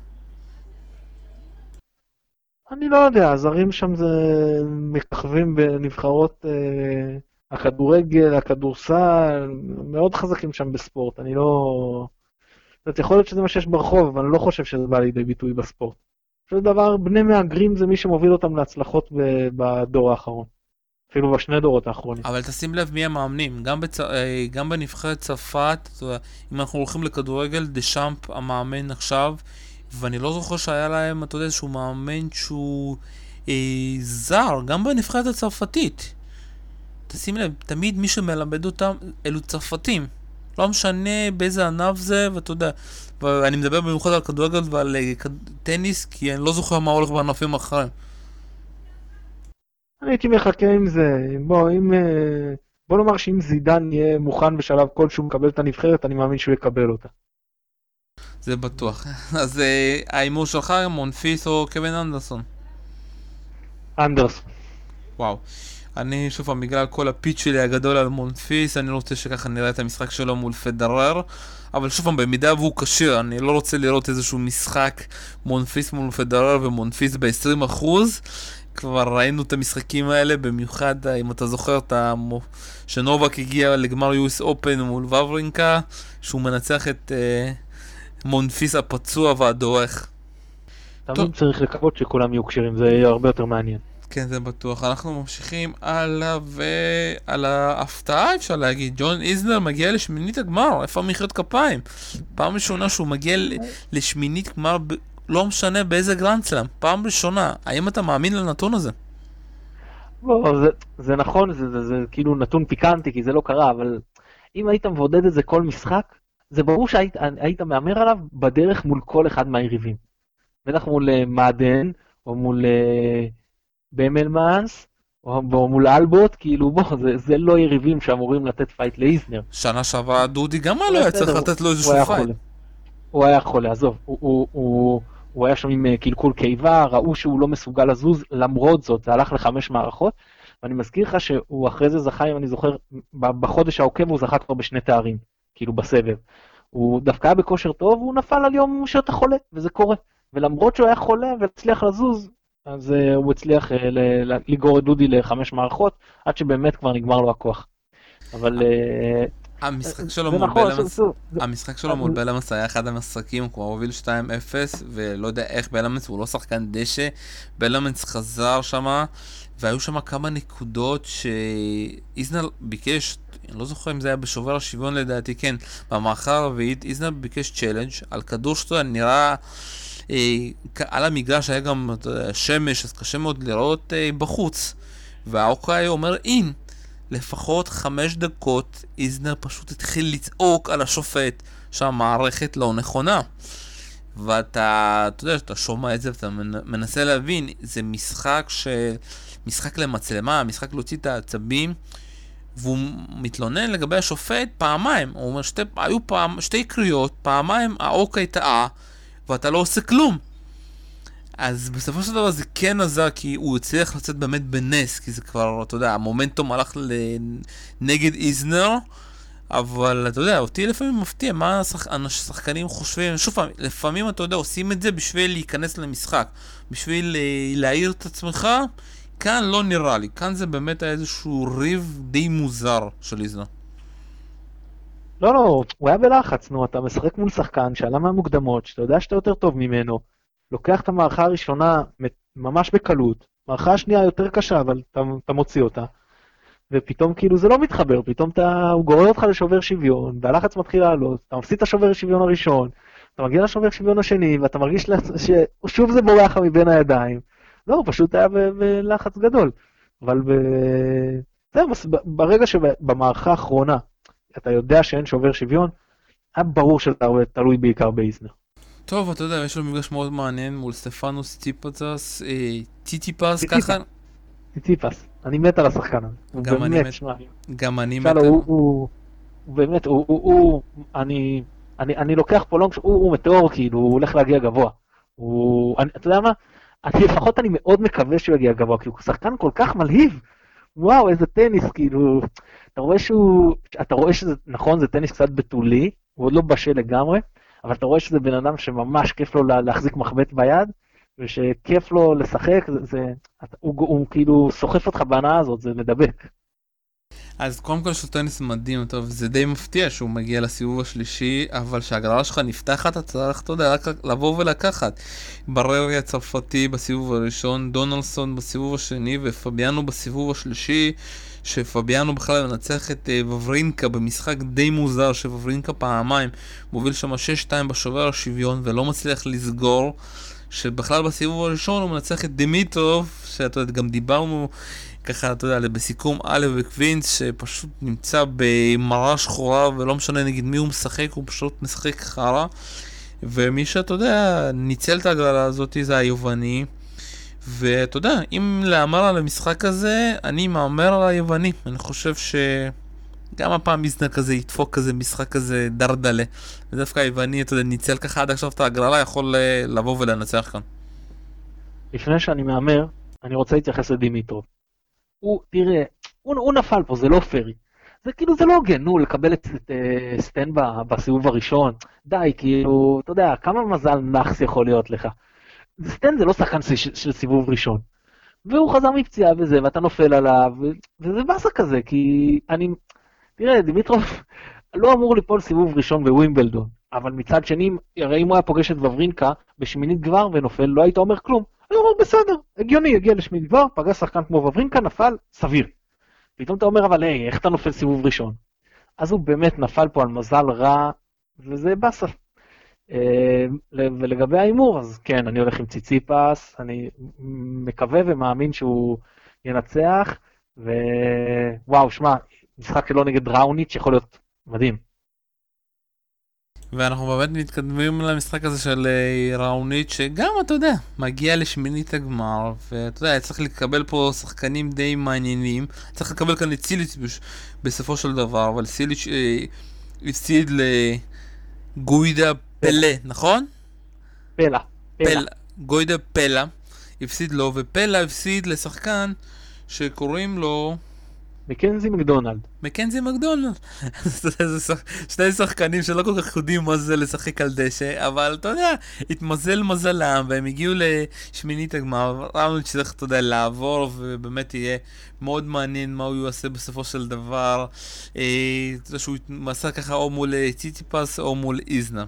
אני לא יודע, הזרים שם זה מככבים בנבחרות אה, הכדורגל, הכדורסל, מאוד חזקים שם בספורט, אני לא... זאת אומרת, יכול להיות שזה מה שיש ברחוב, אבל אני לא חושב שזה בא לידי ביטוי בספורט. בסופו של דבר, בני מהגרים זה מי שמוביל אותם להצלחות ב- בדור האחרון. אפילו בשני דורות האחרונים. אבל תשים לב מי המאמנים, גם, בצ... אה, גם בנבחרת צרפת, אתה יודע, אם אנחנו הולכים לכדורגל, דשאמפ המאמן עכשיו, ואני לא זוכר שהיה להם, אתה יודע, איזשהו מאמן שהוא אה, זר, גם בנבחרת הצרפתית. תשים לב, תמיד מי שמלמד אותם אלו צרפתים. לא משנה באיזה ענף זה, ואתה יודע, ואני מדבר במיוחד על כדורגל ועל אה, כד- טניס, כי אני לא זוכר מה הולך בענפים אחרים. אני הייתי מחכה עם זה, בוא, אם... אה, בוא נאמר שאם זידן יהיה מוכן בשלב כלשהו לקבל את הנבחרת, אני מאמין שהוא יקבל אותה. זה בטוח. אז אה, ההימור שלך, מונפיס או קווין אנדרסון? אנדרסון. וואו. אני שוב פעם, בגלל כל הפיץ' שלי הגדול על מונפיס, אני לא רוצה שככה נראה את המשחק שלו מול פדרר, אבל שוב פעם, במידה והוא כשיר, אני לא רוצה לראות איזשהו משחק מונפיס מול פדרר ומונפיס ב-עשרים אחוז. כבר ראינו את המשחקים האלה, במיוחד אם אתה זוכר את המו... שנובק הגיע לגמר יו אס Open מול וברינקה, שהוא מנצח את uh, מונפיס הפצוע והדורך. טוב, תמיד צריך לקוות שכולם יהיו קשירים, זה יהיה הרבה יותר מעניין. כן, זה בטוח. אנחנו ממשיכים הלאה, ועל ההפתעה אפשר להגיד, ג'ון איזנר מגיע לשמינית הגמר. איפה מחיאות כפיים? פעם ראשונה שהוא מגיע ל- לשמינית גמר, ב- לא משנה באיזה גרנדסלאם. פעם ראשונה. האם אתה מאמין לנתון הזה? בוא, זה, זה נכון, זה, זה, זה כאילו נתון פיקנטי, כי זה לא קרה, אבל אם היית מבודד את זה כל משחק, זה ברור שהיית היית מהמר עליו בדרך מול כל אחד מהיריבים. בטח מול אה, מאדן, או מול אה, במלמאנס, או, או מול אלבוט, כאילו בוא, זה, זה לא יריבים שאמורים לתת פייט לאיזנר. שנה שעברה דודי גם לא היה צריך בסדר, לתת לו הוא איזשהו היה פייט. חולה. הוא היה חולה, עזוב, הוא, הוא, הוא, הוא היה שם עם אה, קלקול קיבה, ראו שהוא לא מסוגל לזוז, למרות זאת, זה הלך לחמש מערכות, ואני מזכיר לך שהוא אחרי זה זכה, אם אני זוכר, ב- בחודש העוקב הוא זכה כבר בשני תארים, כאילו בסבב. הוא דווקא היה בכושר טוב, והוא נפל על יום שאתה חולה, וזה קורה. ולמרות שהוא היה חולה והצליח לזוז, אז uh, הוא הצליח uh, ל- ל- לגרור את דודי לחמש מערכות, עד שבאמת כבר נגמר לו הכוח. אבל uh, המשחק שלו זה מול נכון, בלמס, שוב, זה- המשחק שלו מול בלמס היה אחד המשחקים, הוא כבר הוביל שתיים אפס, ולא יודע איך בלמס, הוא לא שחקן דשא, בלמס חזר שמה, והיו שם כמה נקודות שאיזנר ביקש, אני לא זוכר אם זה היה בשובר השוויון לדעתי, כן, במערכה הרביעית, איזנר ביקש צ'לנג' על כדור שאתה נראה, אה, על המגרש היה גם אתה יודע, שמש, אז קשה מאוד לראות אה, בחוץ, והאוקיי אומר אין, לפחות חמש דקות איזנר פשוט התחיל לצעוק על השופט שהמערכת לא נכונה. ואתה, אתה יודע, אתה שומע את זה ואתה מנסה להבין, זה משחק ש... משחק למצלמה, משחק להוציא את העצבים, והוא מתלונן לגבי השופט פעמיים. הוא אומר, שתי, היו פעם, שתי קריאות, פעמיים האוקיי טעה, ואתה לא עושה כלום. אז בסופו של דבר זה כן עזר, כי הוא הצליח לצאת באמת בנס, כי זה כבר, אתה יודע, המומנטום הלך נגד איזנר, אבל אתה יודע, אותי לפעמים מפתיע מה השחקנים חושבים. שוב פעם, לפעמים אתה יודע, עושים את זה בשביל להיכנס למשחק, בשביל להעיר את עצמך. כאן לא נראה לי, כאן זה באמת היה איזשהו ריב די מוזר של איזנר. לא, לא, הוא היה בלחץ, נו, אתה משחק מול שחקן שעלה מהמוקדמות, שאתה יודע שאתה יותר טוב ממנו, לוקח את המערכה הראשונה ממש בקלות, מערכה השנייה יותר קשה, אבל אתה, אתה מוציא אותה, ופתאום כאילו זה לא מתחבר, פתאום אתה, הוא גורר אותך לשובר שוויון, והלחץ מתחיל לעלות, אתה מפסיד את השובר שוויון הראשון, אתה מגיע לשובר שוויון השני, ואתה מרגיש ששוב זה בורח מבין הידיים. לא, הוא פשוט היה ב- בלחץ גדול, אבל ב... זהו, ברגע שבמערכה האחרונה אתה יודע שאין שובר שוויון, היה ברור שזה תלוי בעיקר באיזנר. טוב, אתה יודע, יש לו מפגש מאוד מעניין מול סטפנוס ציציפס, ציציפס, ככה? ציציפס, אני מת על השחקן הזה. גם אני מת. גם אני מת. הוא באמת, הוא, אני, אני לוקח פה לונג, הוא מטאור, כאילו, הוא הולך להגיע גבוה. אתה יודע מה? לפחות אני מאוד מקווה שהוא יגיע גבוה, כי הוא שחקן כל כך מלהיב. וואו, איזה טניס, כאילו, אתה רואה שהוא, אתה רואה שזה, נכון, זה טניס קצת בתולי, הוא עוד לא בשל לגמרי, אבל אתה רואה שזה בן אדם שממש כיף לו להחזיק מחבט ביד, ושכיף לו לשחק, זה, זה, הוא, הוא, הוא כאילו סוחף אותך בהנאה הזאת, זה מדבק. אז קודם כל שהוא טניס מדהים, טוב, זה די מפתיע שהוא מגיע לסיבוב השלישי, אבל שהגרלה שלך נפתחת, אתה צריך, אתה יודע, רק לבוא ולקחת. בררי הצרפתי בסיבוב הראשון, דונלסון בסיבוב השני, ופביאנו בסיבוב השלישי, שפביאנו בכלל מנצח את וברינקה במשחק די מוזר, שוברינקה פעמיים מוביל שם שש שתיים בשובר השוויון, ולא מצליח לסגור, שבכלל בסיבוב הראשון הוא מנצח את דימיטרוב, שאתה יודע, גם דיברנו ככה, אתה יודע, בסיכום א' וקווינס, שפשוט נמצא במראה שחורה, ולא משנה נגיד מי הוא משחק, הוא פשוט משחק חרה, ומי שאתה יודע, ניצל את הגרלה הזאת זה היווני, ואתה יודע, אם לאמר על המשחק הזה, אני מאמר על היווני, אני חושב שגם הפעם איזנר כזה ידפוק כזה משחק כזה דרדלה, ודווקא היווני, אתה יודע, ניצל ככה עד עכשיו את הגרלה, יכול לבוא ולנצח כאן. לפני שאני מאמר, אני רוצה להתייחס לדימיטרוב. הוא, תראה, הוא, הוא נפל פה, זה לא פרי. זה כאילו, זה לא הוגן, נו, לקבל את, את uh, סטן בסיבוב הראשון. די, כאילו, אתה יודע, כמה מזל נחס יכול להיות לך. סטן זה לא שחקן של, של סיבוב ראשון. והוא חזר מפציעה וזה, ואתה נופל עליו, ו, וזה בסה כזה, כי אני, תראה, דימיטרוב לא אמור ליפול סיבוב ראשון בווימבלדון, אבל מצד שני, הרי אם הוא היה פוגש את וברינקה בשמינית גבר ונופל, לא היית אומר כלום. אני אומר, בסדר, הגיוני, הגיע לשמינית גבר, פגש שחקן כמו וברינקה, נפל, סביר. פתאום אתה אומר, אבל היי, איך אתה נופל סיבוב ראשון? אז הוא באמת נפל פה על מזל רע, וזה בסה. ולגבי האימור, אז כן, אני הולך עם ציציפס, אני מקווה ומאמין שהוא ינצח, ווואו, שמע, משחק שלו נגד ראוניץ' יכול להיות מדהים. ואנחנו באמת מתקדמים למשחק הזה של ראוניץ', שגם, אתה יודע, מגיע לשמינית הגמר, ואתה יודע, צריך לקבל פה שחקנים די מעניינים, צריך לקבל כאן את סיליץ' בסופו של דבר, אבל סיליץ' הפסיד לגוידה פלה, נכון? פלה. פלה. גוידה פלה, הפסיד לו, ופלה הפסיד לשחקן שקוראים לו מקנזי מקדונלד. מקנזי מקדונלד. שני שחקנים שלא כל כך יודעים מה זה לשחק על דשא, אבל אתה יודע, התמזל מזלם, והם הגיעו לשמינית הגמר, ראוניץ' שצריך, אתה יודע, לעבור, ובאמת יהיה מאוד מעניין מה הוא יעשה בסופו של דבר. אתה יודע שהוא מסע ככה או מול ציציפס או מול איזנר.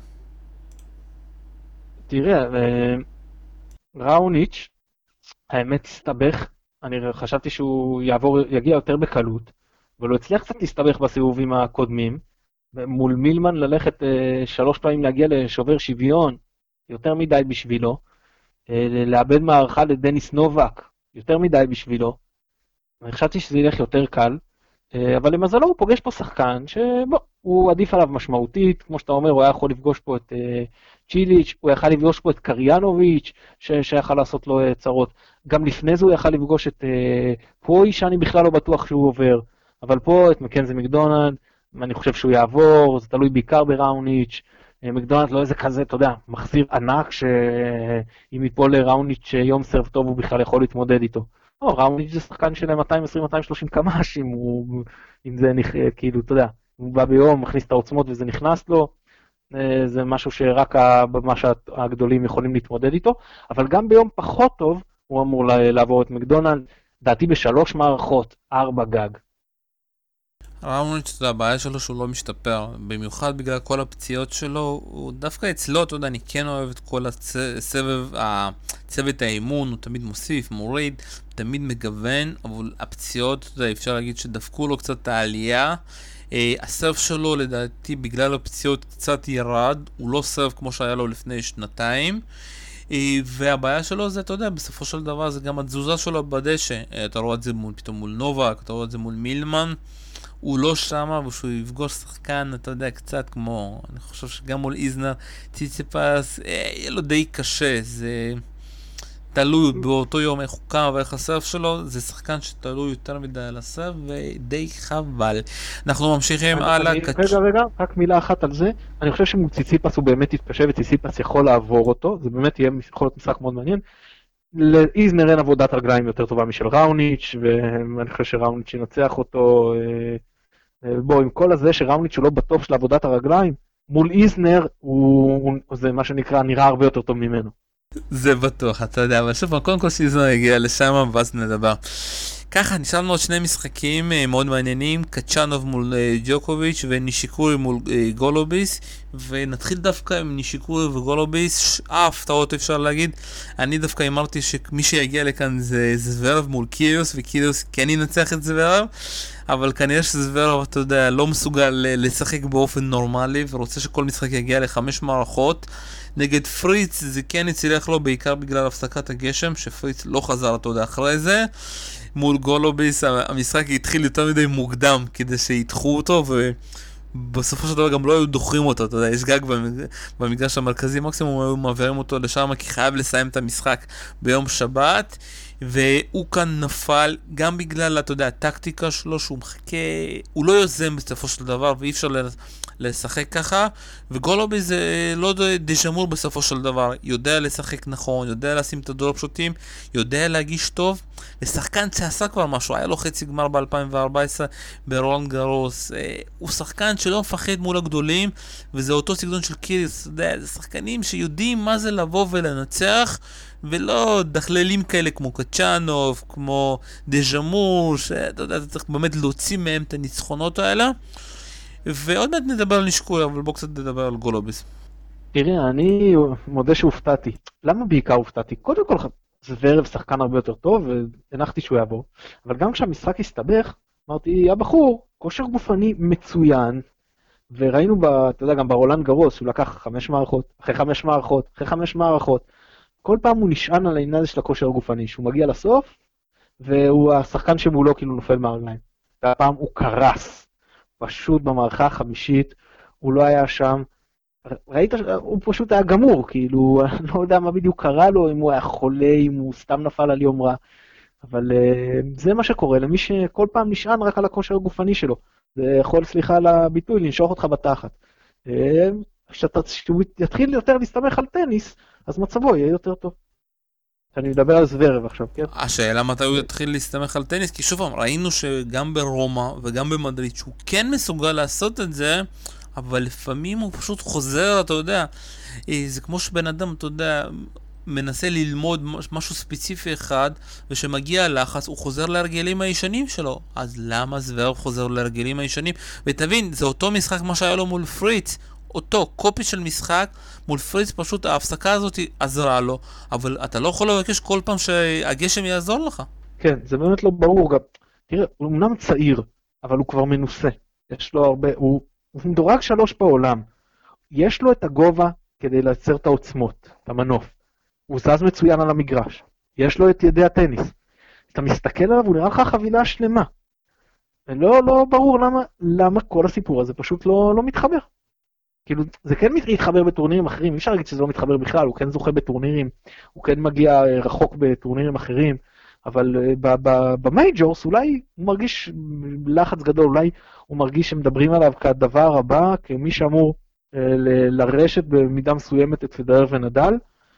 תראה, ראוניץ' האמת הסתבך, אני חשבתי שהוא יעבור, יגיע יותר בקלות, אבל הוא הצליח קצת להסתבך בסיבובים הקודמים, מול מילמן ללכת אה, שלוש פעמים להגיע לשובר שוויון, יותר מדי בשבילו, אה, לאבד מערכה לדניס נובק, יותר מדי בשבילו, אני חשבתי שזה ילך יותר קל, אה, אבל למזלו הוא פוגש פה שחקן, שבוא, הוא עדיף עליו משמעותית, כמו שאתה אומר, הוא היה יכול לפגוש פה את אה, צ'יליץ', הוא יכל לפגוש פה את קריאנוביץ', ש- שיכל לעשות לו אה, צרות, גם לפני זה הוא יכל לפגוש את אה, פוי, שאני בכלל לא בטוח שהוא עובר, אבל פה את מקנזי מקדונלד, אני חושב שהוא יעבור, זה תלוי בעיקר בראוניץ', אה, מקדונלד לא איזה כזה, אתה יודע, מחזיר ענק, שאם יפול לראוניץ' יום סרב טוב, הוא בכלל יכול להתמודד איתו. לא, ראוניץ' זה שחקן של מאתיים עשרים עד מאתיים שלושים קמ"ש, אם, הוא, אם זה נכ... כאילו, אתה יודע, הוא בא ביום, מכניס את העוצמות וזה נכנס לו, זה משהו שרק ממש הגדולים יכולים להתמודד איתו, אבל גם ביום פחות טוב, הוא אמור לעבור את מקדונלד, דעתי בשלוש מערכות, ארבע גג. ראוניץ', הבעיה שלו שהוא לא משתפר, במיוחד בגלל כל הפציעות שלו, הוא דווקא אצלו, אתה יודע, אני כן אוהב את כל הסבב, הצוות האימון, הוא תמיד מוסיף, מוריד, תמיד מגוון, אבל הפציעות, אתה יודע, אפשר להגיד שדפקו לו קצת העלייה, הסרף שלו לדעתי בגלל הפציעות קצת ירד, הוא לא סרף כמו שהיה לו לפני שנתיים, והבעיה שלו זה, אתה יודע, בסופו של דבר זה גם התזוזה שלו בדשא. אתה רואה את זה מול, פתאום מול נובק, אתה רואה את זה מול מילמן, הוא לא שמה, ושהוא יפגוש שחקן, אתה יודע, קצת כמו, אני חושב שגם מול איזנר, ציציפס, אה, יהיה לו די קשה, זה תלוי באותו יום איך הוא קם ואיך הסרף שלו, זה שחקן שתלוי יותר מדי על הסרף, ודי חבל. אנחנו ממשיכים הלאה. רגע, רגע, רק מילה אחת על זה, אני חושב שמול ציציפס הוא באמת יתקשה, וציציפס יכול לעבור אותו, זה באמת יהיה יכול להיות משחק מאוד מעניין. לאיזנר אין עבודת רגליים יותר טובה משל ראוניץ', ואני חושב שראוניץ' ינצח אותו. בוא, עם כל הזה שראוניץ' הוא לא בטוב של עבודת הרגליים, מול איזנר הוא, זה מה שנקרא, נראה הרבה יותר טוב ממנו. זה בטוח, אתה יודע, אבל שוב, קודם כל שאיזנר יגיע לשם, ואז נדבר. ככה, נשארנו עוד שני משחקים מאוד מעניינים, קצ'אנוב מול ג'וקוביץ' ונישיקורי מול גולוביס, ונתחיל דווקא עם נישיקורי וגולוביס, אה, הפתעות אפשר להגיד. אני דווקא אמרתי שמי שיגיע לכאן זה זוורב מול קיריוס, וקיריוס כן ינצח את זוורב, אבל כנראה שזוורב, אתה יודע, לא מסוגל לשחק באופן נורמלי, ורוצה שכל משחק יגיע לחמש מערכות. נגד פריץ זה כן הצליח לו בעיקר בגלל הפסקת הגשם, שפריץ לא חזר, אתה יודע, אחרי זה. מול גולוביס המשחק התחיל יותר מדי מוקדם כדי שידחו אותו, ובסופו של דבר גם לא היו דוחרים אותו, אתה יודע, יש גג במגרש המרכזי, מקסימום היו מעבירים אותו לשם כי חייב לסיים את המשחק ביום שבת, והוא כאן נפל גם בגלל, אתה יודע, הטקטיקה שלו שהוא מחכה, הוא לא יוזם בסופו של דבר ואי אפשר לשחק ככה, וגולוביס זה לא דז'מור בסופו של דבר, יודע לשחק נכון, יודע לשים את הדרופ שוטים, יודע להגיש טוב, ושחקן שעשה כבר משהו, היה לו חצי גמר ב-אלפיים וארבע עשרה ברולאנד גארוס, הוא שחקן שלא מפחד מול הגדולים, וזה אותו סגנון של קיריוס, זה שחקנים שיודעים מה זה לבוא ולנצח, ולא דחללים כאלה כמו קצ'אנוב, כמו דז'מור, שאתה יודע, אתה צריך באמת להוציא מהם את הניצחונות האלה. ועוד מעט נדבר על נשקוי, אבל בוא קצת נדבר על גולוביס. תראה, אני מודה שהופתעתי. למה בעיקר הופתעתי? קודם כל, זוורב שחקן הרבה יותר טוב, והנחתי שהוא יעבור. אבל גם כשהמשחק הסתבך, אמרתי, הבחור, כושר גופני מצוין, וראינו, ב, אתה יודע, גם ברולאנד גארוס, הוא לקח חמש מערכות, אחרי חמש מערכות, אחרי חמש מערכות. כל פעם הוא נשען על העניין הזה של הכושר הגופני, שהוא מגיע לסוף, והוא השחקן שמולו כאילו נופל מהרגליים. והפעם הוא קרס. פשוט במערכה החמישית, הוא לא היה שם, ראית, הוא פשוט היה גמור, כאילו, אני לא יודע מה בדיוק קרה לו, אם הוא היה חולה, אם הוא סתם נפל על יום רע, אבל זה מה שקורה למי שכל פעם נשען רק על הכושר הגופני שלו, זה יכול, סליחה על הביטוי, לנשוך אותך בתחת. כשהוא יתחיל יותר להסתמך על טניס, אז מצבו יהיה יותר טוב. אני מדבר על זוורב עכשיו, כן? השאלה מתי הוא יתחיל להסתמך על טניס, כי שוב, ראינו שגם ברומא וגם במדריד שהוא כן מסוגל לעשות את זה, אבל לפעמים הוא פשוט חוזר, אתה יודע, זה כמו שבן אדם, אתה יודע, מנסה ללמוד משהו ספציפי אחד, ושמגיע לחץ, הוא חוזר להרגלים הישנים שלו. אז למה זוורב חוזר להרגלים הישנים? ותבין, זה אותו משחק מה שהיה לו מול פריץ, אותו קופי של משחק, מול פריץ פשוט ההפסקה הזאת עזרה לו, אבל אתה לא יכול לבקש כל פעם שהגשם יעזור לך. כן, זה באמת לא ברור גם. תראה, הוא אמנם צעיר, אבל הוא כבר מנוסה. יש לו הרבה, הוא, הוא מדורג שלוש בעולם. יש לו את הגובה כדי לייצר את העוצמות, את המנוף. הוא זז מצוין על המגרש. יש לו את ידי הטניס. אתה מסתכל עליו, הוא נראה לך חבילה שלמה. לא, לא ברור למה, למה כל הסיפור הזה פשוט לא, לא מתחבר. כאילו, זה כן מתחבר בטורנירים אחרים, אי אפשר להגיד שזה לא מתחבר בכלל, הוא כן זוכה בטורנירים, הוא כן מגיע רחוק בטורנירים אחרים, אבל במייג'ורס אולי הוא מרגיש לחץ גדול, אולי הוא מרגיש שמדברים עליו כדבר הבא, כמי שאמור לרשת במידה מסוימת את פדרר ונדל,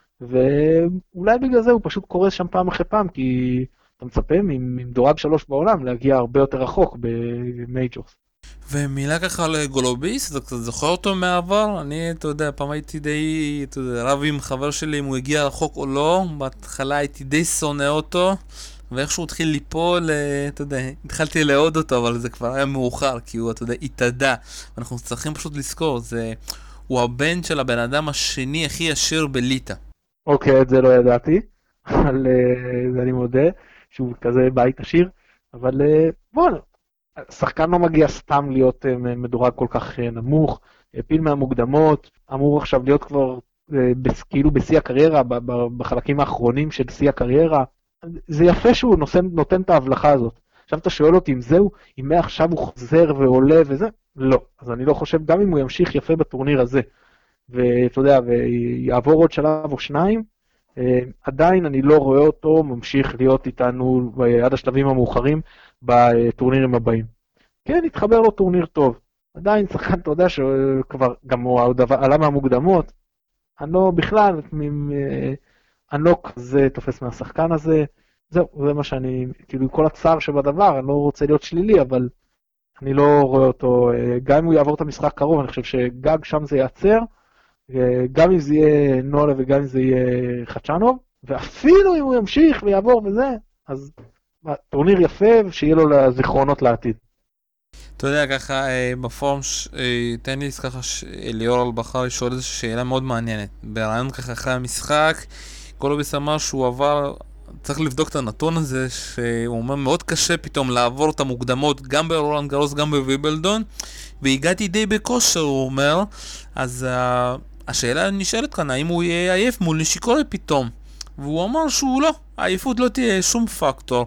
ואולי בגלל זה הוא פשוט קורס שם פעם אחרי פעם, כי אתה מצפה ממדורג שלוש בעולם להגיע הרבה יותר רחוק במייג'ורס. ומילה ככה לגולוביס, אתה קצת זוכר אותו מהעבר? אני, אתה יודע, פעם הייתי די, אתה יודע, רב עם חבר שלי אם הוא הגיע רחוק או לא, בהתחלה הייתי די שונא אותו, ואיכשהו התחיל ליפול, אתה יודע, התחלתי לעוד אותו, אבל זה כבר היה מאוחר, כי הוא, אתה יודע, התעדה, ואנחנו צריכים פשוט לזכור, זה, הוא הבן של הבן אדם השני הכי עשיר בליטא. אוקיי, את זה לא ידעתי, אבל זה אני מודה, שהוא כזה בית עשיר, אבל בואו, שחקן לא מגיע סתם להיות מדורג כל כך נמוך, פיל מהמוקדמות, אמור עכשיו להיות כבר כאילו בשיא הקריירה, בחלקים האחרונים של שיא הקריירה, זה יפה שהוא נותן, נותן את ההבלחה הזאת. עכשיו אתה שואל אותי אם זהו, אם מעכשיו הוא חוזר ועולה וזה, לא. אז אני לא חושב, גם אם הוא ימשיך יפה בטורניר הזה, ואתה יודע, ויעבור עוד שלב או שניים, עדיין אני לא רואה אותו ממשיך להיות איתנו עד השלבים המאוחרים בטורנירים הבאים. כן, התחבר לו טורניר טוב. עדיין שחקן, אתה יודע, שכבר גם הוא עלה מהמוקדמות, אני לא בכלל, אני לא כזה תופס מהשחקן הזה, זהו, זה מה שאני, כאילו כל הצער שבדבר, אני לא רוצה להיות שלילי, אבל אני לא רואה אותו, גם אם הוא יעבור את המשחק קרוב, אני חושב שגג שם זה ייעצר, גם אם זה יהיה נולה וגם אם זה יהיה חדשנוב, ואפילו אם הוא ימשיך ויעבור וזה, אז טורניר יפה, שיהיה לו לזיכרונות לעתיד. אתה יודע, ככה, בפורום טניס, ככה ליאור אלבחר שואל איזושהי שאלה מאוד מעניינת. ברעיון ככה אחרי המשחק, גולוביס אמר שהוא עבר, צריך לבדוק את הנתון הזה, שהוא אומר מאוד קשה פתאום לעבור את המוקדמות, גם ברולאן גארוס, גם בווימבלדון, והגעתי די בכושר, הוא אומר. אז השאלה נשאלת כאן, האם הוא יהיה עייף מול נישיקורי פתאום? והוא אמר שהוא לא, העייפות לא תהיה שום פקטור.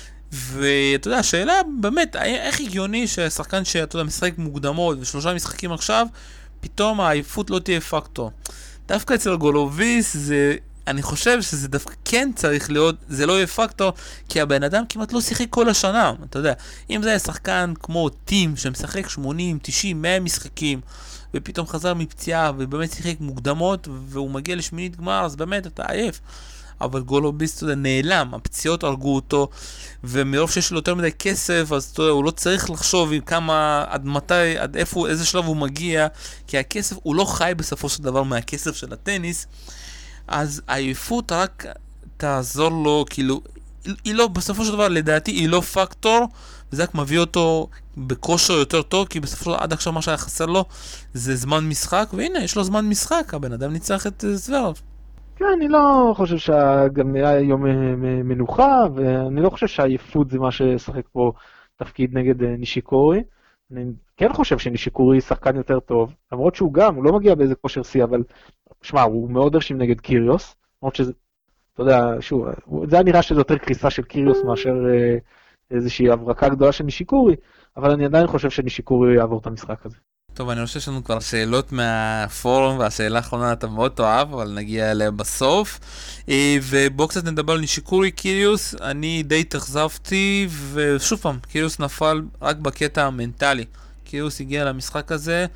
ואתה יודע, השאלה באמת, איך הגיוני ששחקן שאתה יודע, משחק מוקדמות ושלושה משחקים עכשיו, פתאום העייפות לא תהיה פקטור. דווקא אצל גולוביס, זה, אני חושב שזה דווקא כן צריך להיות, זה לא יהיה פקטור, כי הבן אדם כמעט לא שיחק כל השנה, אתה יודע. אם זה היה שחקן כמו טים, שמשחק שמונים, תשעים, מאה משחקים, ופתאום חזר מפציעה, ובאמת שיחק מוקדמות, והוא מגיע לשמינית גמר, אז באמת אתה עייף. אבל גולוביס, אתה יודע, נעלם, הפציעות הרגו אותו, ומרוב שיש לו יותר מדי כסף, אז אתה יודע, הוא לא צריך לחשוב עם כמה, עד מתי, עד איפה, איזה שלב הוא מגיע, כי הכסף, הוא לא חי בסופו של דבר מהכסף של הטניס, אז העייפות רק תעזור לו, כאילו, היא לא, בסופו של דבר, לדעתי, היא לא פקטור, וזה רק מביא אותו בכושר יותר טוב, כי בסופו של דבר, עד עכשיו מה שהיה חסר לו, זה זמן משחק, והנה, יש לו זמן משחק, הבן אדם ניצח את זוורב. כן, אני לא חושב שגם היה יום מנוחה, ואני לא חושב שהעייפות זה מה ששחק פה תפקיד נגד נישיקורי. אני כן חושב שנישיקורי שחקן יותר טוב, למרות שהוא גם, הוא לא מגיע באיזה כושר שיא, אבל שמע, הוא מאוד הרשים נגד קיריוס, למרות שזה, אתה יודע, שוב, זה היה נראה שזה יותר קריסה של קיריוס מאשר איזושהי הברקה גדולה של נישיקורי, אבל אני עדיין חושב שנישיקורי יעבור את המשחק הזה. טוב, אני חושב שיש לנו כבר שאלות מהפורום, והשאלה האחרונה אתה מאוד תאהב, אבל נגיע אליה בסוף. ובואו קצת נדבר על נישיקורי קיריוס, אני די תחזבתי, ושוב פעם, קיריוס נפל רק בקטע המנטלי. קיריוס הגיע למשחק הזה,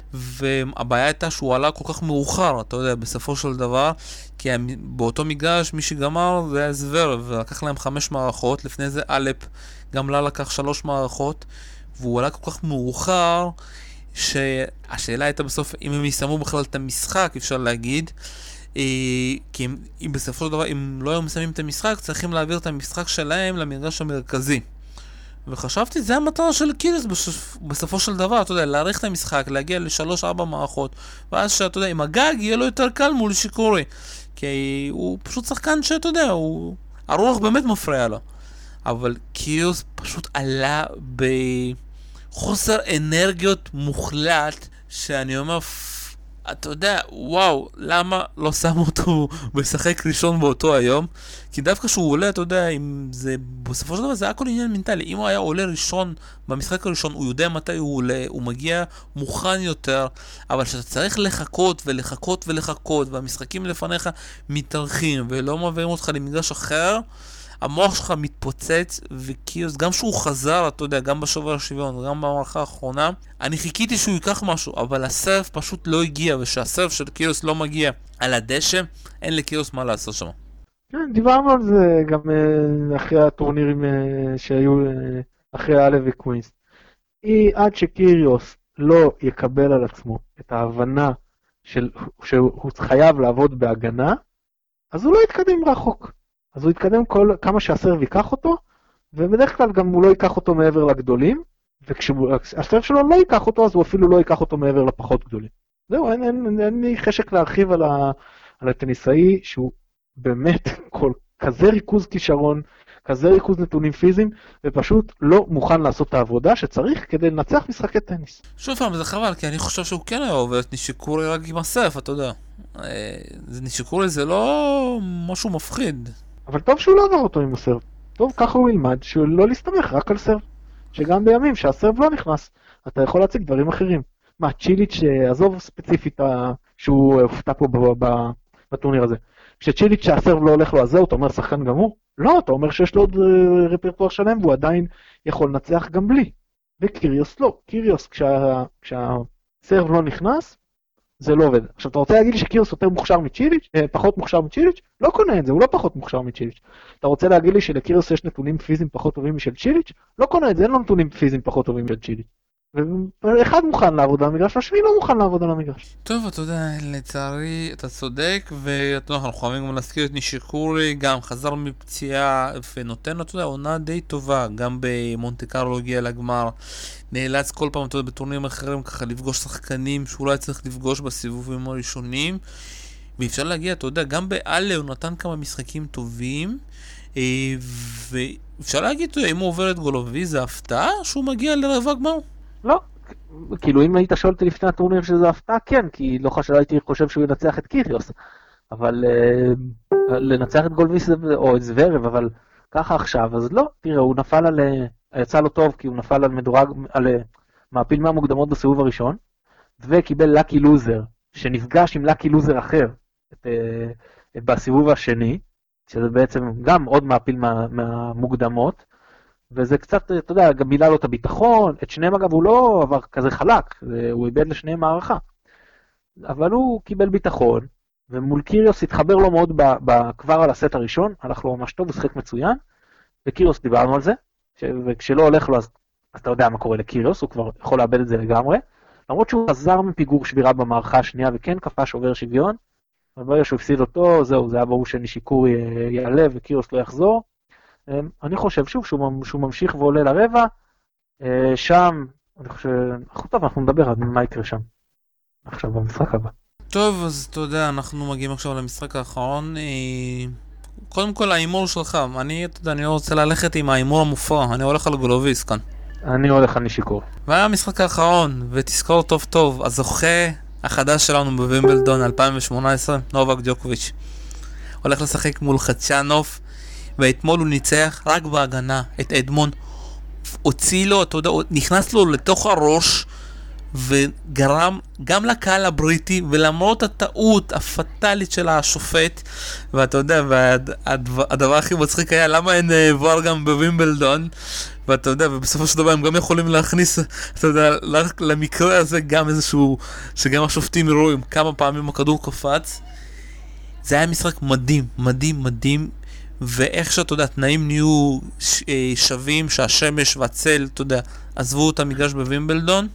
והבעיה הייתה שהוא עלה כל כך מאוחר, אתה יודע, בסופו של דבר, כי באותו מגרש מי שגמר זה היה זוורב, ולקח להם חמש מערכות, לפני זה אלפ גם לה לקח שלוש מערכות, והוא עלה כל כך מאוחר, שהשאלה הייתה בסוף אם הם יסיימו בכלל את המשחק, אפשר להגיד, אה, כי אם, אם בסופו של דבר, אם לא היו מסיימים את המשחק, צריכים להעביר את המשחק שלהם למגרש המרכזי. וחשבתי, זה המטרה של קיריוס בסופ, בסופו של דבר, אתה יודע, להאריך את המשחק, להגיע לשלוש ארבע מערכות, ואז שאתה יודע, עם הגג יהיה לו יותר קל מול שיקורי, כי הוא פשוט שחקן שאתה יודע, הוא, הרוח באמת מפריע לו. אבל קיריוס פשוט עלה ב... חוסר אנרגיות מוחלט, שאני אומר, אתה יודע, וואו, למה לא שמו אותו בשחק ראשון באותו היום? כי דווקא שהוא עולה, אתה יודע, אם זה, בסופו של דבר זה הכל עניין מנטלי. אם הוא היה עולה ראשון, במשחק הראשון, הוא יודע מתי הוא עולה, הוא מגיע מוכן יותר, אבל שאתה צריך לחכות ולחכות ולחכות, והמשחקים לפניך מתארחים, ולא מעבירים אותך למגרש אחר, המוח שלך מתפוצץ, וקיריוס, גם שהוא חזר, אתה יודע, גם בשובר השוויון, גם במערכה האחרונה, אני חיכיתי שהוא ייקח משהו, אבל הסרף פשוט לא הגיע, ושהסרף של קיריוס לא מגיע על הדשא, אין לקיריוס מה לעשות שם. כן, דיברנו על זה גם אחרי הטורנירים שהיו אחרי אלף וקווינס. עד שקיריוס לא יקבל על עצמו את ההבנה של, שהוא חייב לעבוד בהגנה, אז הוא לא יתקדם רחוק. אז הוא יתקדם כל, כמה שהסרב ייקח אותו, ובדרך כלל גם הוא לא ייקח אותו מעבר לגדולים, וכשהסרב שלו לא ייקח אותו, אז הוא אפילו לא ייקח אותו מעבר לפחות גדולים. זהו, אין, אין, אין, אין לי חשק להרחיב על, ה, על הטניסאי, שהוא באמת כל, כזה ריכוז כישרון, כזה ריכוז נתונים פיזיים, ופשוט לא מוכן לעשות את העבודה שצריך כדי לנצח משחקי טניס. שוב פעם, זה חבל, כי אני חושב שהוא כן היה עובר את נישיקורי רק עם הסרף, אתה יודע. זה נשיקורי, זה לא משהו מפחיד. אבל טוב שהוא לא עבר אותו עם הסרב. טוב, ככה הוא ילמד, שהוא לא להסתמך רק על סרב. שגם בימים שהסרב לא נכנס, אתה יכול להציג דברים אחרים. מה, צ'יליץ', עזוב ספציפית שהוא הופתע פה בטורניר הזה. כשצ'יליץ' שהסרב לא הולך לו, אז זהו, אתה אומר שחקן גמור? לא, אתה אומר שיש לו עוד רפרטואר שלם, והוא עדיין יכול לנצח גם בלי. וקיריוס לא. קיריוס, כשה, כשהסרב לא נכנס, זה לא עובד. עכשיו, אתה רוצה להגיד לי שקיריוס יותר מוכשר מצ'יליץ', פחות מוכשר מצ'יליץ'? לא קונה את זה, הוא לא פחות מוכשר מצ'יליץ'. אתה רוצה להגיד לי שלקיריוס יש נתונים פיזיים פחות טובים משל צ'יליץ'? לא קונה את זה, אין לו נתונים פיזיים פחות טובים משל צ'יליץ'. ואחד מוכן לעבוד על המגרש, והשני לא מוכן לעבוד על המגרש. טוב, אתה יודע, לצערי אתה צודק, ואנחנו חייבים גם להזכיר את נישיקורי, גם חזר מפציעה ונותן לו, אתה יודע, עונה די טובה, גם במונטה קרלו הגיע לגמר, נאלץ כל פעם, אתה יודע, בטורנירים אחרים ככה לפגוש שחקנים שאולי צריך לפגוש בסיבובים הראשונים, ואפשר להגיע, אתה יודע, גם באלה הוא נתן כמה משחקים טובים, ואפשר להגיד, אם הוא עובר את גולובי, זה הפתעה שהוא מגיע לרבע גמר? לא, כאילו אם היית שואל אותי לפני הטורניר שזה הפתעה, כן, כי לא חשב, הייתי חושב שהוא ינצח את קיריוס, אבל uh, לנצח את גולביס או את זוורב, אבל ככה עכשיו, אז לא, תראה, הוא נפל על, יצא לו טוב, כי הוא נפל על מדורג, על מעפיל מהמוקדמות בסיבוב הראשון, וקיבל לקי לוזר, שנפגש עם לקי לוזר אחר, את, uh, בסיבוב השני, שזה בעצם גם עוד מעפיל מה, מהמוקדמות, וזה קצת, אתה יודע, גם מילה לו את הביטחון, את שניהם אגב הוא לא עבר כזה חלק, הוא איבד לשניהם מערכה, אבל הוא קיבל ביטחון, ומול קיריוס התחבר לו מאוד כבר על הסט הראשון, הלך לו ממש טוב, הוא שחק מצוין, וקיריוס דיברנו על זה, וכשלא הולך לו אז, אז אתה יודע מה קורה לקיריוס, הוא כבר יכול לאבד את זה לגמרי, למרות שהוא חזר מפיגור שבירה במערכה השנייה, וכן קפא שובר שוויון, אבל ברגע שהוא הפסיד אותו, זהו, זה היה ברור שנישיקורי יעלה וקיריוס לא יחזור, אני חושב שוב שהוא, שהוא ממשיך ועולה לרבע, שם, אני חושב, טוב, אנחנו נדבר על מה יקרה שם, עכשיו במשחק הבא. טוב, אז אתה יודע, אנחנו מגיעים עכשיו למשחק האחרון, קודם כל האימור שלך, אני, אתה יודע, אני לא רוצה ללכת עם האימור המופרע, אני הולך על גולוביס כאן. אני הולך על נישיקורי. והיה המשחק האחרון, ותזכור טוב טוב, הזוכה החדש שלנו בווימבלדון אלפיים שמונה עשרה, נובק ג'וקוביץ', הולך לשחק מול חדשנוב, ואתמול הוא ניצח רק בהגנה את אדמון, הוציא לו, אתה יודע, נכנס לו לתוך הראש, וגרם גם לקהל הבריטי, ולמרות הטעות הפטלית של השופט, ואתה יודע, והדבר הכי מצחיק היה, למה אין ור גם בווימבלדון, ואתה יודע, ובסופו של דבר הם גם יכולים להכניס, אתה יודע, למקרה הזה גם איזשהו, שגם השופטים רואים כמה פעמים הכדור קפץ. זה היה משחק מדהים, מדהים, מדהים, ואיך שאתה יודע, תנאים נהיו שווים, שהשמש והצל, אתה יודע, עזבו את המגרש בווימבלדון,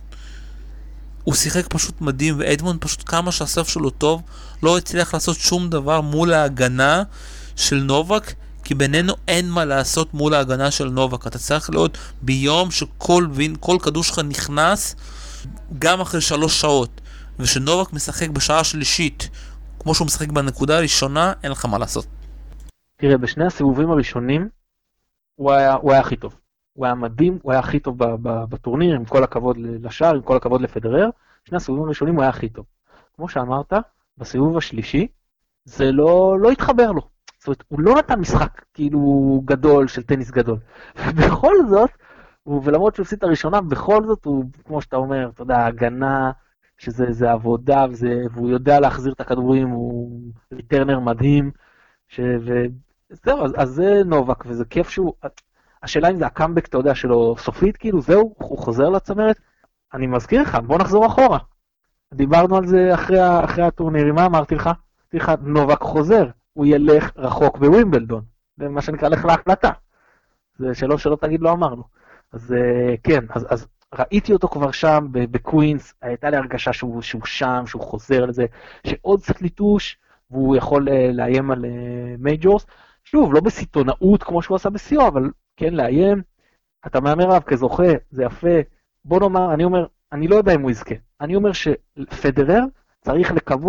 הוא שיחק פשוט מדהים, ואדמונד פשוט כמה שהסרב שלו טוב, לא הצליח לעשות שום דבר מול ההגנה של נובק, כי בינינו אין מה לעשות מול ההגנה של נובק. אתה צריך להיות ביום שכל וין, כל כדור שלך נכנס, גם אחרי שלוש שעות, ושנובק משחק בשעה שלישית, כמו שהוא משחק בנקודה הראשונה, אין לך מה לעשות. תראה, בשני הסיבובים הראשונים, הוא היה, הוא היה הכי טוב. הוא היה מדהים, הוא היה הכי טוב בטורניר, עם כל הכבוד לשער, עם כל הכבוד לפדרר. שני הסיבובים הראשונים הוא היה הכי טוב. כמו שאמרת, בסיבוב השלישי, זה לא, לא התחבר לו. זאת אומרת, הוא לא נתן משחק כאילו גדול, של טניס גדול. ובכל זאת, הוא, ולמרות שהוא הפסיד את הראשונה, בכל זאת הוא, כמו שאתה אומר, אתה יודע, הגנה, שזה זה עבודה, וזה, והוא יודע להחזיר את הכדורים, הוא ריטרנר מדהים, ש, וזהו, אז, אז זה נובק, וזה כיף שהוא, השאלה אם זה הקאמבק, אתה יודע, שלו סופית, כאילו, זהו, הוא חוזר לצמרת. אני מזכיר לך, בוא נחזור אחורה. דיברנו על זה אחרי, אחרי הטורנירים, מה אמרתי לך? אמרתי לך, נובק חוזר, הוא ילך רחוק בווימבלדון, זה מה שנקרא לך להקלטה. זה שלא שלא תגיד לא אמרנו. אז כן, אז, אז ראיתי אותו כבר שם בקווינס, הייתה לי הרגשה שהוא, שהוא שם, שהוא חוזר לזה, שעוד קצת ליטוש, והוא יכול לאיים על מייג'ורס. שוב, לא בסיטונאות כמו שהוא עשה בסיוע, אבל כן לאיים. אתה מאמר עליו כזוכה, זה יפה. בוא נאמר, אני אומר, אני לא יודע אם הוא יזכה. אני אומר שפדרר צריך לקוות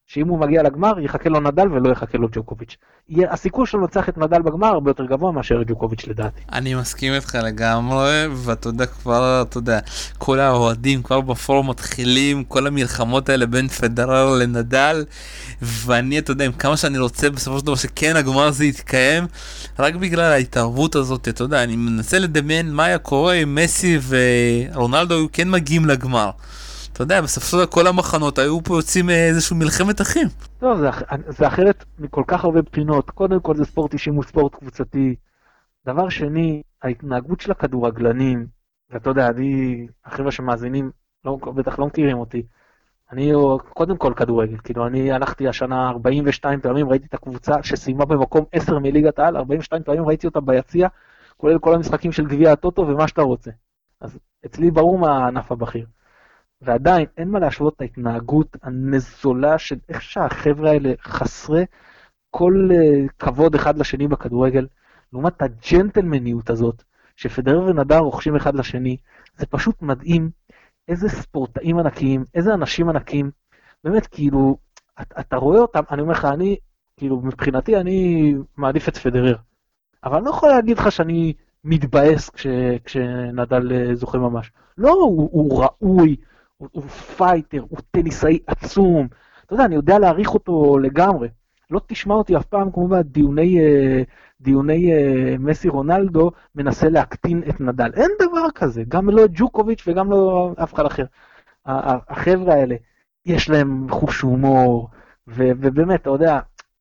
שאם הוא מגיע לגמר, יחכה לו נדל ולא יחכה לו ג'וקוביץ'. הסיכוי שלו לנצח את נדל בגמר הרבה יותר גבוה מאשר ג'וקוביץ' לדעתי. אני מסכים איתך לגמרי, ואתה יודע כבר, אתה יודע, כל האוהדים כבר בפורום מתחילים, כל המלחמות האלה בין פדרר לנדל, ואני, אתה יודע, עם כמה שאני רוצה בסופו של דבר שכן הגמר הזה יתקיים, רק בגלל ההתערבות הזאת, אתה יודע, אני מנסה לדמיין מה היה קורה אם מסי ורונלדו היו כן מגיעים לגמר. אתה יודע, בסופו של דבר כל המחנות היו פה יוצאים איזשהו מלחמת אחים. לא, זה, זה אחרת מכל כך הרבה בחינות. קודם כל זה ספורט אישי מול ספורט קבוצתי. דבר שני, ההתנהגות של הכדורגלנים, ואתה יודע, אני, החבר'ה שמאזינים, לא, בטח לא מכירים אותי, אני קודם כל כדורגל, כאילו אני הלכתי השנה ארבעים ושתיים פעמים, ראיתי את הקבוצה שסיימה במקום עשר מליגת העל, ארבעים ושתיים פעמים ראיתי אותה ביציע, כולל כל המשחקים של גביע הטוטו ומה שאתה רוצה. אז אצלי ברור מה הענף הבכיר. ועדיין אין מה להשוות את ההתנהגות הנזולה של איך שהחבר'ה האלה חסרי כל uh, כבוד אחד לשני בכדורגל, לעומת הג'נטלמניות הזאת, שפדרר ונדל רוכשים אחד לשני, זה פשוט מדהים איזה ספורטאים ענקיים, איזה אנשים ענקיים, באמת כאילו, אתה, אתה רואה אותם, אני אומר לך, אני, כאילו מבחינתי אני מעדיף את פדרר, אבל אני לא יכול להגיד לך שאני מתבאס כש, כשנדל זוכה ממש, לא, הוא, הוא ראוי, הוא, הוא פייטר, הוא טניסאי עצום, אתה יודע, אני יודע להעריך אותו לגמרי, לא תשמע אותי אף פעם כמו בדיוני דיוני מסי רונלדו מנסה להקטין את נדל, אין דבר כזה, גם לא ג'וקוביץ' וגם לא אף אחד אחר. החבר'ה האלה, יש להם חוש הומור, ובאמת, אתה יודע,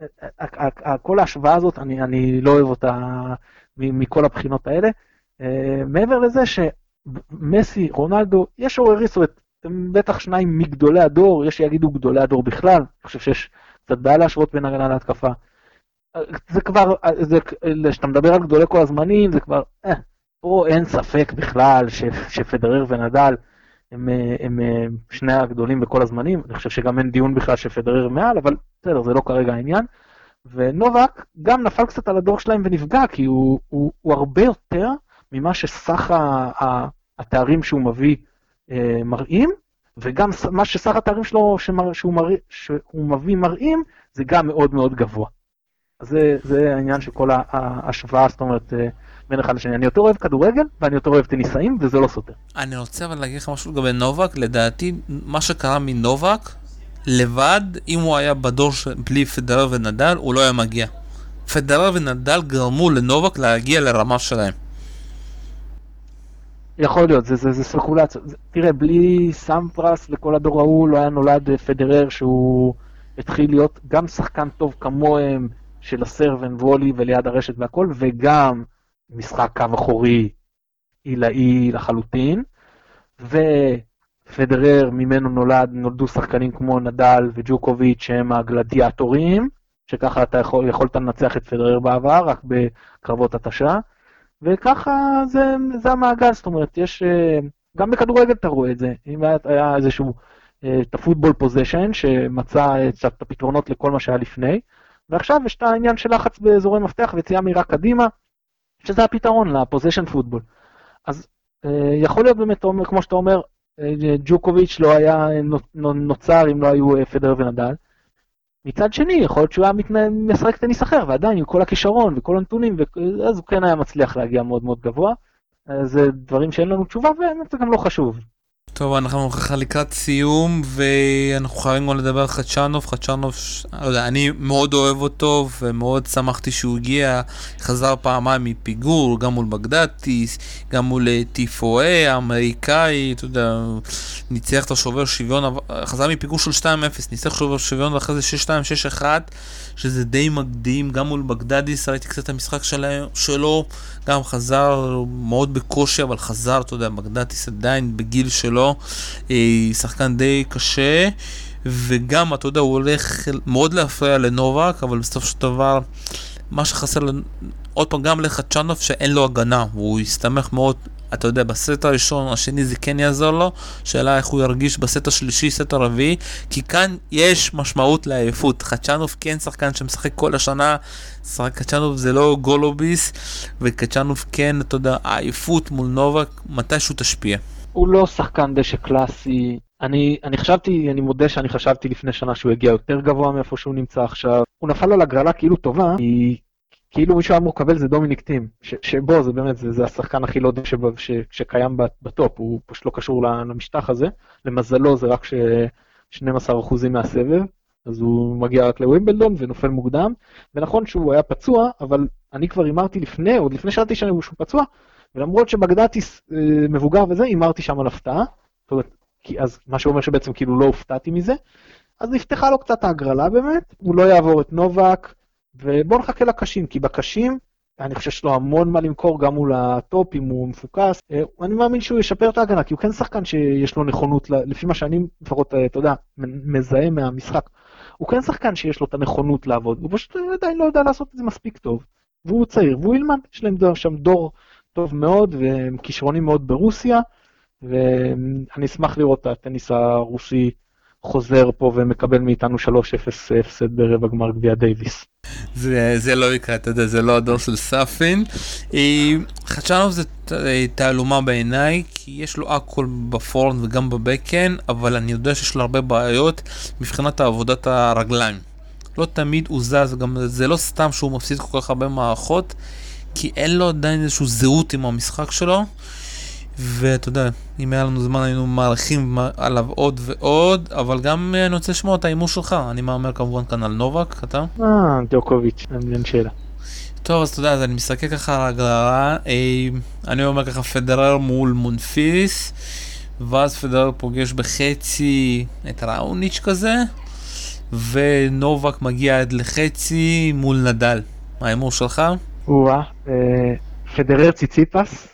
כל ההשוואה הזאת, אני, אני לא אוהב אותה מכל הבחינות האלה, מעבר לזה שמסי, רונלדו, יש עוררי, זאת אומרת, הם בטח שניים מגדולי הדור, יש שיגידו גדולי הדור בכלל, אני חושב שיש קצת בעיה להשוות בין הגנה להתקפה. זה כבר, זה, שאתה מדבר על גדולי כל הזמנים, זה כבר, אה, פה אין ספק בכלל ש, שפדרר ונדל הם, הם, הם שני הגדולים בכל הזמנים, אני חושב שגם אין דיון בכלל שפדרר מעל, אבל בסדר, זה לא כרגע העניין. ונובק גם נפל קצת על הדור שלהם ונפגע, כי הוא, הוא, הוא הרבה יותר ממה שסך התארים שהוא מביא אה, מראים, וגם מה שסך התארים שלו שמר, שהוא, מרא, שהוא מביא מראים, זה גם מאוד מאוד גבוה. אז זה, זה העניין של כל ההשוואה, זאת אומרת, בין אחד לשני. אני יותר אוהב כדורגל, ואני יותר אוהב טניסאים, וזה לא סותר. אני רוצה אבל להגיד לך משהו לגבי נובק, לדעתי, מה שקרה מנובק, לבד, אם הוא היה בדור בלי פדרר ונדל, הוא לא היה מגיע. פדרר ונדל גרמו לנובק להגיע לרמה שלהם. יכול להיות, זה, זה, זה ספקולציה. תראה, בלי סמפרס לכל הדור ההוא, לא היה נולד פדרר שהוא התחיל להיות גם שחקן טוב כמוהם, של הסרבן וולי וליד הרשת והכל, וגם משחק קו אחורי עילאי לחלוטין, ופדרר ממנו נולד, נולדו שחקנים כמו נדל וג'וקוביץ' שהם הגלדיאטורים, שככה אתה יכול, יכולת לנצח את פדרר בעבר, רק בקרבות התשה, וככה זה, זה המעגל, זאת אומרת, יש, גם בכדורגל אתה רואה את זה, אם היה, היה איזשהו, את הפוטבול פוזיישן, שמצא את הפתרונות לכל מה שהיה לפני, ועכשיו יש את העניין של לחץ באזורי מפתח ויציאה מהירה קדימה, שזה הפתרון לפוזיישן פוטבול. אז יכול להיות באמת, כמו שאתה אומר, ג'וקוביץ' לא היה נוצר אם לא היו פדרר ונדל. מצד שני, יכול להיות שהוא היה משחק טניס אחר, ועדיין עם כל הכישרון וכל הנתונים, אז הוא כן היה מצליח להגיע מאוד מאוד גבוה. זה דברים שאין לנו תשובה, וזה גם לא חשוב. טוב, אנחנו ככה לקראת סיום, ואנחנו חייבים גם לדבר על חדשנוב. חדשנוב, לא יודע, אני מאוד אוהב אותו, ומאוד שמחתי שהוא הגיע, חזר פעמיים מפיגור, גם מול בגדדיס, גם מול טיפואה, האמריקאי, אתה יודע, ניצח את השובר שוויון, חזר מפיגור של שתיים אפס, ניצח שובר שוויון, ואחרי זה שש שתיים שש אחת, שזה די מקדים, גם מול בגדדיס, ראיתי קצת את המשחק שלו, גם חזר מאוד בקושי, אבל חזר, אתה יודע, בגדדיס עדיין בגיל שלו, שחקן די קשה, וגם, אתה יודע, הוא הולך מאוד להפריע לנובק, אבל בסוף של דבר, מה שחסר, עוד פעם, גם לחדשנוב שאין לו הגנה, והוא יסתמך מאוד, אתה יודע, בסט הראשון, השני זה כן יעזור לו, שאלה איך הוא ירגיש בסט השלישי, סט הרביעי, כי כאן יש משמעות לעייפות. חדשנוב כן שחקן שמשחק כל השנה, חדשנוב זה לא גולוביס, וחדשנוב כן, אתה יודע, העייפות מול נובק, מתישהו תשפיע. הוא לא שחקן דשא קלאסי, אני, אני חשבתי, אני מודה שאני חשבתי לפני שנה שהוא הגיע יותר גבוה מאיפה שהוא נמצא עכשיו. הוא נפל על הגרלה כאילו טובה, כי כאילו מישהו אמור לקבל זה דומיניק טים, ש, שבו זה באמת, זה, זה השחקן הכי לא דשא ש, שקיים בטופ, הוא פשוט לא קשור למשטח הזה, למזלו זה רק ש, שנים עשר אחוז מהסבב, אז הוא מגיע רק לווימבלדון ונופל מוקדם, ונכון שהוא היה פצוע, אבל אני כבר אמרתי לפני, עוד לפני שעדתי שאני שהוא פצוע, ולמרות שבגדתי מבוגר וזה, אמרתי שם על הפתעה, זאת אומרת, כי אז מה שאומר שבעצם כאילו לא הופתעתי מזה, אז נפתחה לו קצת ההגרלה באמת, הוא לא יעבור את נובק, ובוא נחכה לקשים, כי בקשים, אני חושב שיש לו המון מה למכור גם מול הטופ, אם הוא מפוקס, אני מאמין שהוא ישפר את ההגנה, כי הוא כן שחקן שיש לו נכונות, לפי מה שאני לפחות, אתה יודע, מזהה מהמשחק, הוא כן שחקן שיש לו את הנכונות לעבוד, הוא פשוט עדיין לא יודע לעשות את זה מספיק טוב, והוא צעיר, והוא ילמד, יש להם דור, שם דור טוב מאוד, והם כישרונים מאוד ברוסיה, ואני אשמח לראות את הטניס הרוסי חוזר פה ומקבל מאיתנו שלוש אפס הפסד ברבע גמר גביע דייוויס. זה, זה לא יקרה, אתה יודע, זה לא הדור של סאפין. חדשנוב זה תעלומה בעיניי, כי יש לו הכל בפורן וגם בבקן, אבל אני יודע שיש לו הרבה בעיות מבחינת עבודת הרגליים. לא תמיד הוא זז, גם זה לא סתם שהוא מפסיד כל כך הרבה מערכות, כי אין לו עדיין איזשהו זהות עם המשחק שלו, ואתה יודע, אם היה לנו זמן היינו מערכים עליו עוד ועוד, אבל גם אני רוצה לשמוע את האימור שלך, אני מאמר כמובן כאן על נובק, אתה? אה, דיוקוביץ', אין שאלה. טוב, אז אתה יודע, אז אני מסתכל ככה על הגררה, אני אומר ככה פדרר מול מונפיס, ואז פדרר פוגש בחצי את ראוניץ' כזה, ונובק מגיע עד לחצי מול נדל. מה האימור שלך? וואה, פדרר ציציפס.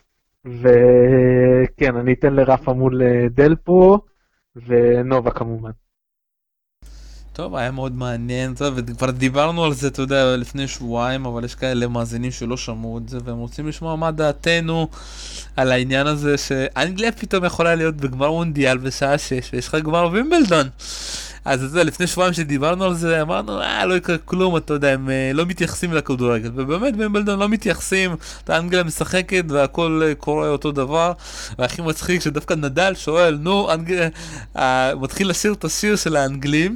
וכן, אני אתן לרפה מול דלפו ונובה כמובן. טוב, היה מאוד מעניין, טוב, וכבר דיברנו על זה, אתה יודע, לפני שבועיים, אבל יש כאלה מאזינים שלא שמעו את זה, והם רוצים לשמוע מה דעתנו על העניין הזה, שאנגליה פתאום יכולה להיות בגמר מונדיאל בשעה שש, ויש לך גמר וימבלדון. אז אתה יודע, לפני שבועיים שדיברנו על זה, אמרנו, אה, לא יקרה כלום, אתה יודע, הם לא מתייחסים לכדורגל, ובאמת וימבלדון לא מתייחסים, אתה אנגליה משחקת והכל קורה אותו דבר, והכי מצחיק שדווקא נדל שואל, נו, אנגליה, אה, מתחיל לשיר את השיר של האנגלים,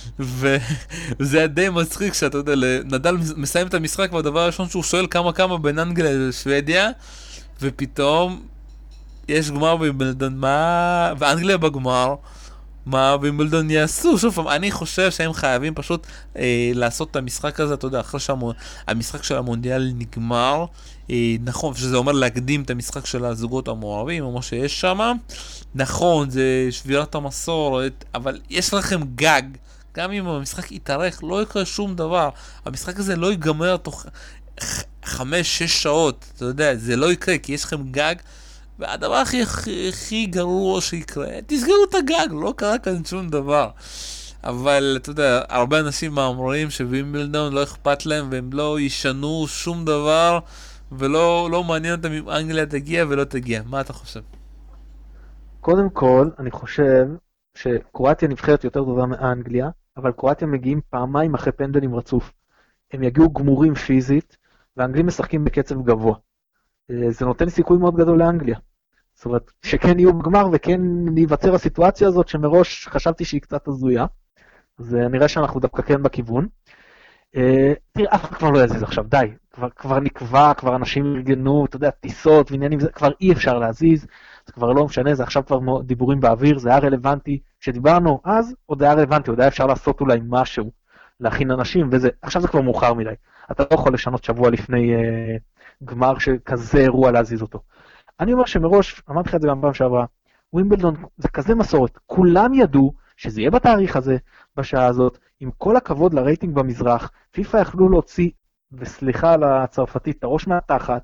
וזה היה די מצחיק שאתה יודע, נדל מסיים את המשחק, והדבר הראשון שהוא שואל כמה כמה בין אנגליה לשוודיה, ופתאום יש גמר וימבלדון, מה, ואנגליה בגמר, מה וימבלדון יעשו? שוב פעם, אני חושב שהם חייבים פשוט אה, לעשות את המשחק הזה, אתה יודע, אחרי שהמשחק של המונדיאל נגמר, אה, נכון, שזה אומר להקדים את המשחק של הזוגות המעורבים, או מה שיש שם, נכון, זה שבירת המסורת, אבל יש לכם גג, גם אם המשחק יתארך, לא יקרה שום דבר, המשחק הזה לא ייגמר תוך חמש, שש שעות, אתה יודע, זה לא יקרה, כי יש לכם גג, והדבר הכי, הכי, הכי גרוע שיקרה, תסגרו את הגג, לא קרה כאן שום דבר. אבל אתה יודע, הרבה אנשים מאמרים שווימבלדון לא אכפת להם, והם לא ישנו שום דבר, ולא לא מעניין אותם אם אנגליה תגיע ולא תגיע. מה אתה חושב? קודם כל, אני חושב שקרואטיה נבחרת יותר טובה מאנגליה, אבל קרואטיה מגיעים פעמיים אחרי פנדלים רצוף. הם יגיעו גמורים פיזית, והאנגלים משחקים בקצב גבוה. זה נותן סיכוי מאוד גדול לאנגליה. זאת אומרת, שכן יהיו בגמר וכן ייווצר הסיטואציה הזאת שמראש חשבתי שהיא קצת הזויה. אז נראה שאנחנו דווקא כן בכיוון. תראה, אף אחד כבר לא יזיז עכשיו, די. כבר, כבר נקבע, כבר אנשים ארגנו, אתה יודע, טיסות ועניינים, כבר אי אפשר להזיז. זה כבר לא משנה, זה עכשיו כבר דיבורים באוויר, זה היה רלוונטי. כשדיברנו אז, עוד היה רלוונטי, עוד היה אפשר לעשות אולי משהו, להכין אנשים וזה. עכשיו זה כבר מאוחר מדי. אתה לא יכול לשנות שבוע לפני uh, גמר שכזה אירוע להזיז אותו. אני אומר שמראש, אמרתי לך את זה גם פעם שעברה, ווימבלדון זה כזה מסורת, כולם ידעו שזה יהיה בתאריך הזה, בשעה הזאת, עם כל הכבוד לרייטינג במזרח, פיפה יכלו להוציא, וסליחה על הצרפתית, את הראש מהתחת,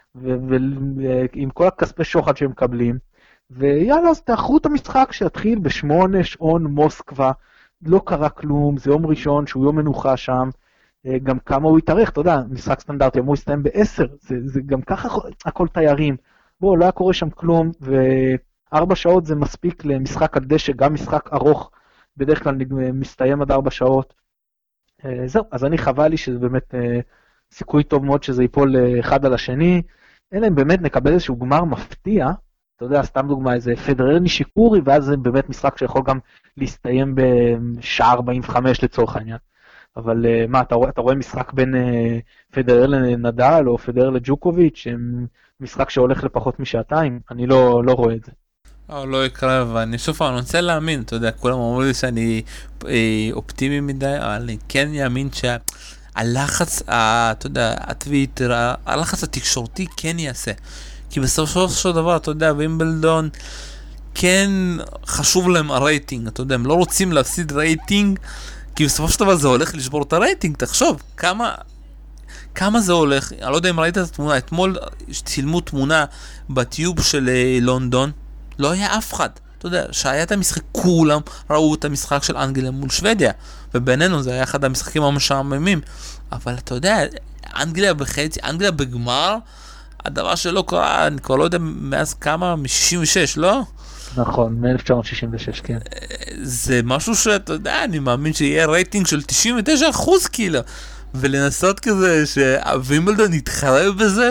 ועם כל הכספי שוחד שהם מקבלים, ויאללה, אז תאחרו את המשחק שיתחיל בשמונה שעון מוסקבה, לא קרה כלום, זה יום ראשון שהוא יום מנוחה שם, גם כמה הוא יתארך, אתה יודע, משחק סטנדרטי, אמור להסתיים בעשר, זה, זה גם ככה הכל תיירים, בוא, לא היה קורה שם כלום, וארבע שעות זה מספיק למשחק על דשא, גם משחק ארוך, בדרך כלל מסתיים עד ארבע שעות, זהו, אז אני חווה לי שזה באמת סיכוי טוב מאוד שזה ייפול אחד על השני, אלא אם באמת נקבל איזשהו גמר מפתיע, אתה יודע, סתם דוגמה, איזה פדרר נישיקורי, ואז זה באמת משחק שיכול גם להסתיים בשעה ארבעים וחמש לצורך העניין. אבל uh, מה, אתה רואה, אתה רואה משחק בין uh, פדרר לנדל או פדרר לג'וקוביץ', שהם משחק שהולך לפחות משעתיים? אני לא, לא רואה את זה. או לא יקרה, ואני שוב פעם, אני רוצה להאמין, אתה יודע, כולם אומרים לי שאני אה, אופטימי מדי, אבל אני כן יאמין שהלחץ, ה- אתה יודע, הטוויטר, ה- הלחץ התקשורתי כן יעשה. כי בסופו של דבר, אתה יודע, וימבלדון, כן חשוב להם הרייטינג, אתה יודע, הם לא רוצים להפסיד רייטינג, כי בסופו של דבר זה הולך לשבור את הרייטינג, תחשוב, כמה... כמה זה הולך, אני לא יודע אם ראית את התמונה, אתמול צילמו תמונה בטיוב של אה, לונדון, לא היה אף אחד, אתה יודע, שהיה את המשחק, כולם ראו את המשחק של אנגליה מול שוודיה, ובינינו זה היה אחד המשחקים המשעממים, אבל אתה יודע, אנגליה בחצי, אנגליה בגמר, הדבר שלא קרה, אני כבר לא יודע מאז כמה, מ-שישים ושש, לא? נכון, מ-אלף תשע מאות שישים ושש, כן. זה משהו שאתה יודע, אני מאמין שיהיה רייטינג של תשעים ותשעה אחוז כאילו, ולנסות כזה שווימבלדון יתחרה בזה,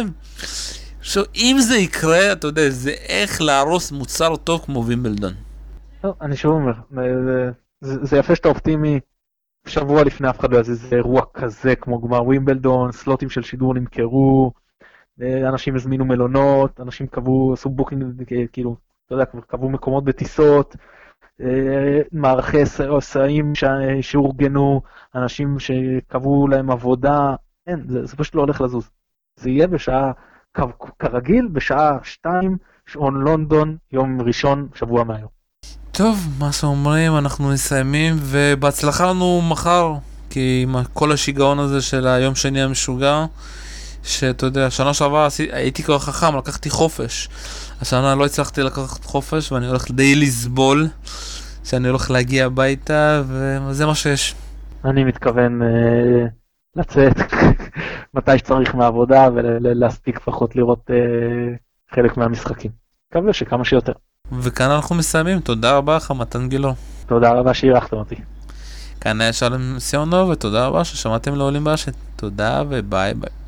שאם זה יקרה, אתה יודע, זה איך להרוס מוצר טוב כמו וימבלדון. לא, אני שוב אומר, זה, זה, זה יפה שאתה אופטימי, שבוע לפני אף אחד לא יעשה, זה אירוע כזה כמו גמר וימבלדון, סלוטים של שידור נמכרו, אנשים הזמינו מלונות, אנשים קבעו, עשו בוקינג, כאילו, אתה יודע, קבעו מקומות בטיסות, מערכי סעים שאורגנו, אנשים שקבעו להם עבודה, אין, זה, זה פשוט לא הולך לזוז. זה יהיה בשעה, כרגיל, בשעה שתיים, שעון לונדון, יום ראשון, שבוע מהיום. טוב, מה שאומרים, אנחנו מסיימים, ובהצלחה לנו מחר, כי עם כל השיגעון הזה של היום שני המשוגע, שאתה יודע, שנה שעברה הייתי כבר חכם, לקחתי חופש. השנה לא הצלחתי לקחת חופש, ואני הולך די לסבול, שאני הולך להגיע הביתה, וזה מה שיש. אני מתכוון אה, לצאת מתי שצריך מהעבודה, ולהספיק פחות לראות אה, חלק מהמשחקים. מקווה שכמה שיותר. וכאן אנחנו מסיימים, תודה רבה לך, מתן גילאור. תודה רבה שאירחתם אותי. כאן היה שלום סיונו, ותודה רבה ששמעתם לעולים באשת. תודה וביי ביי.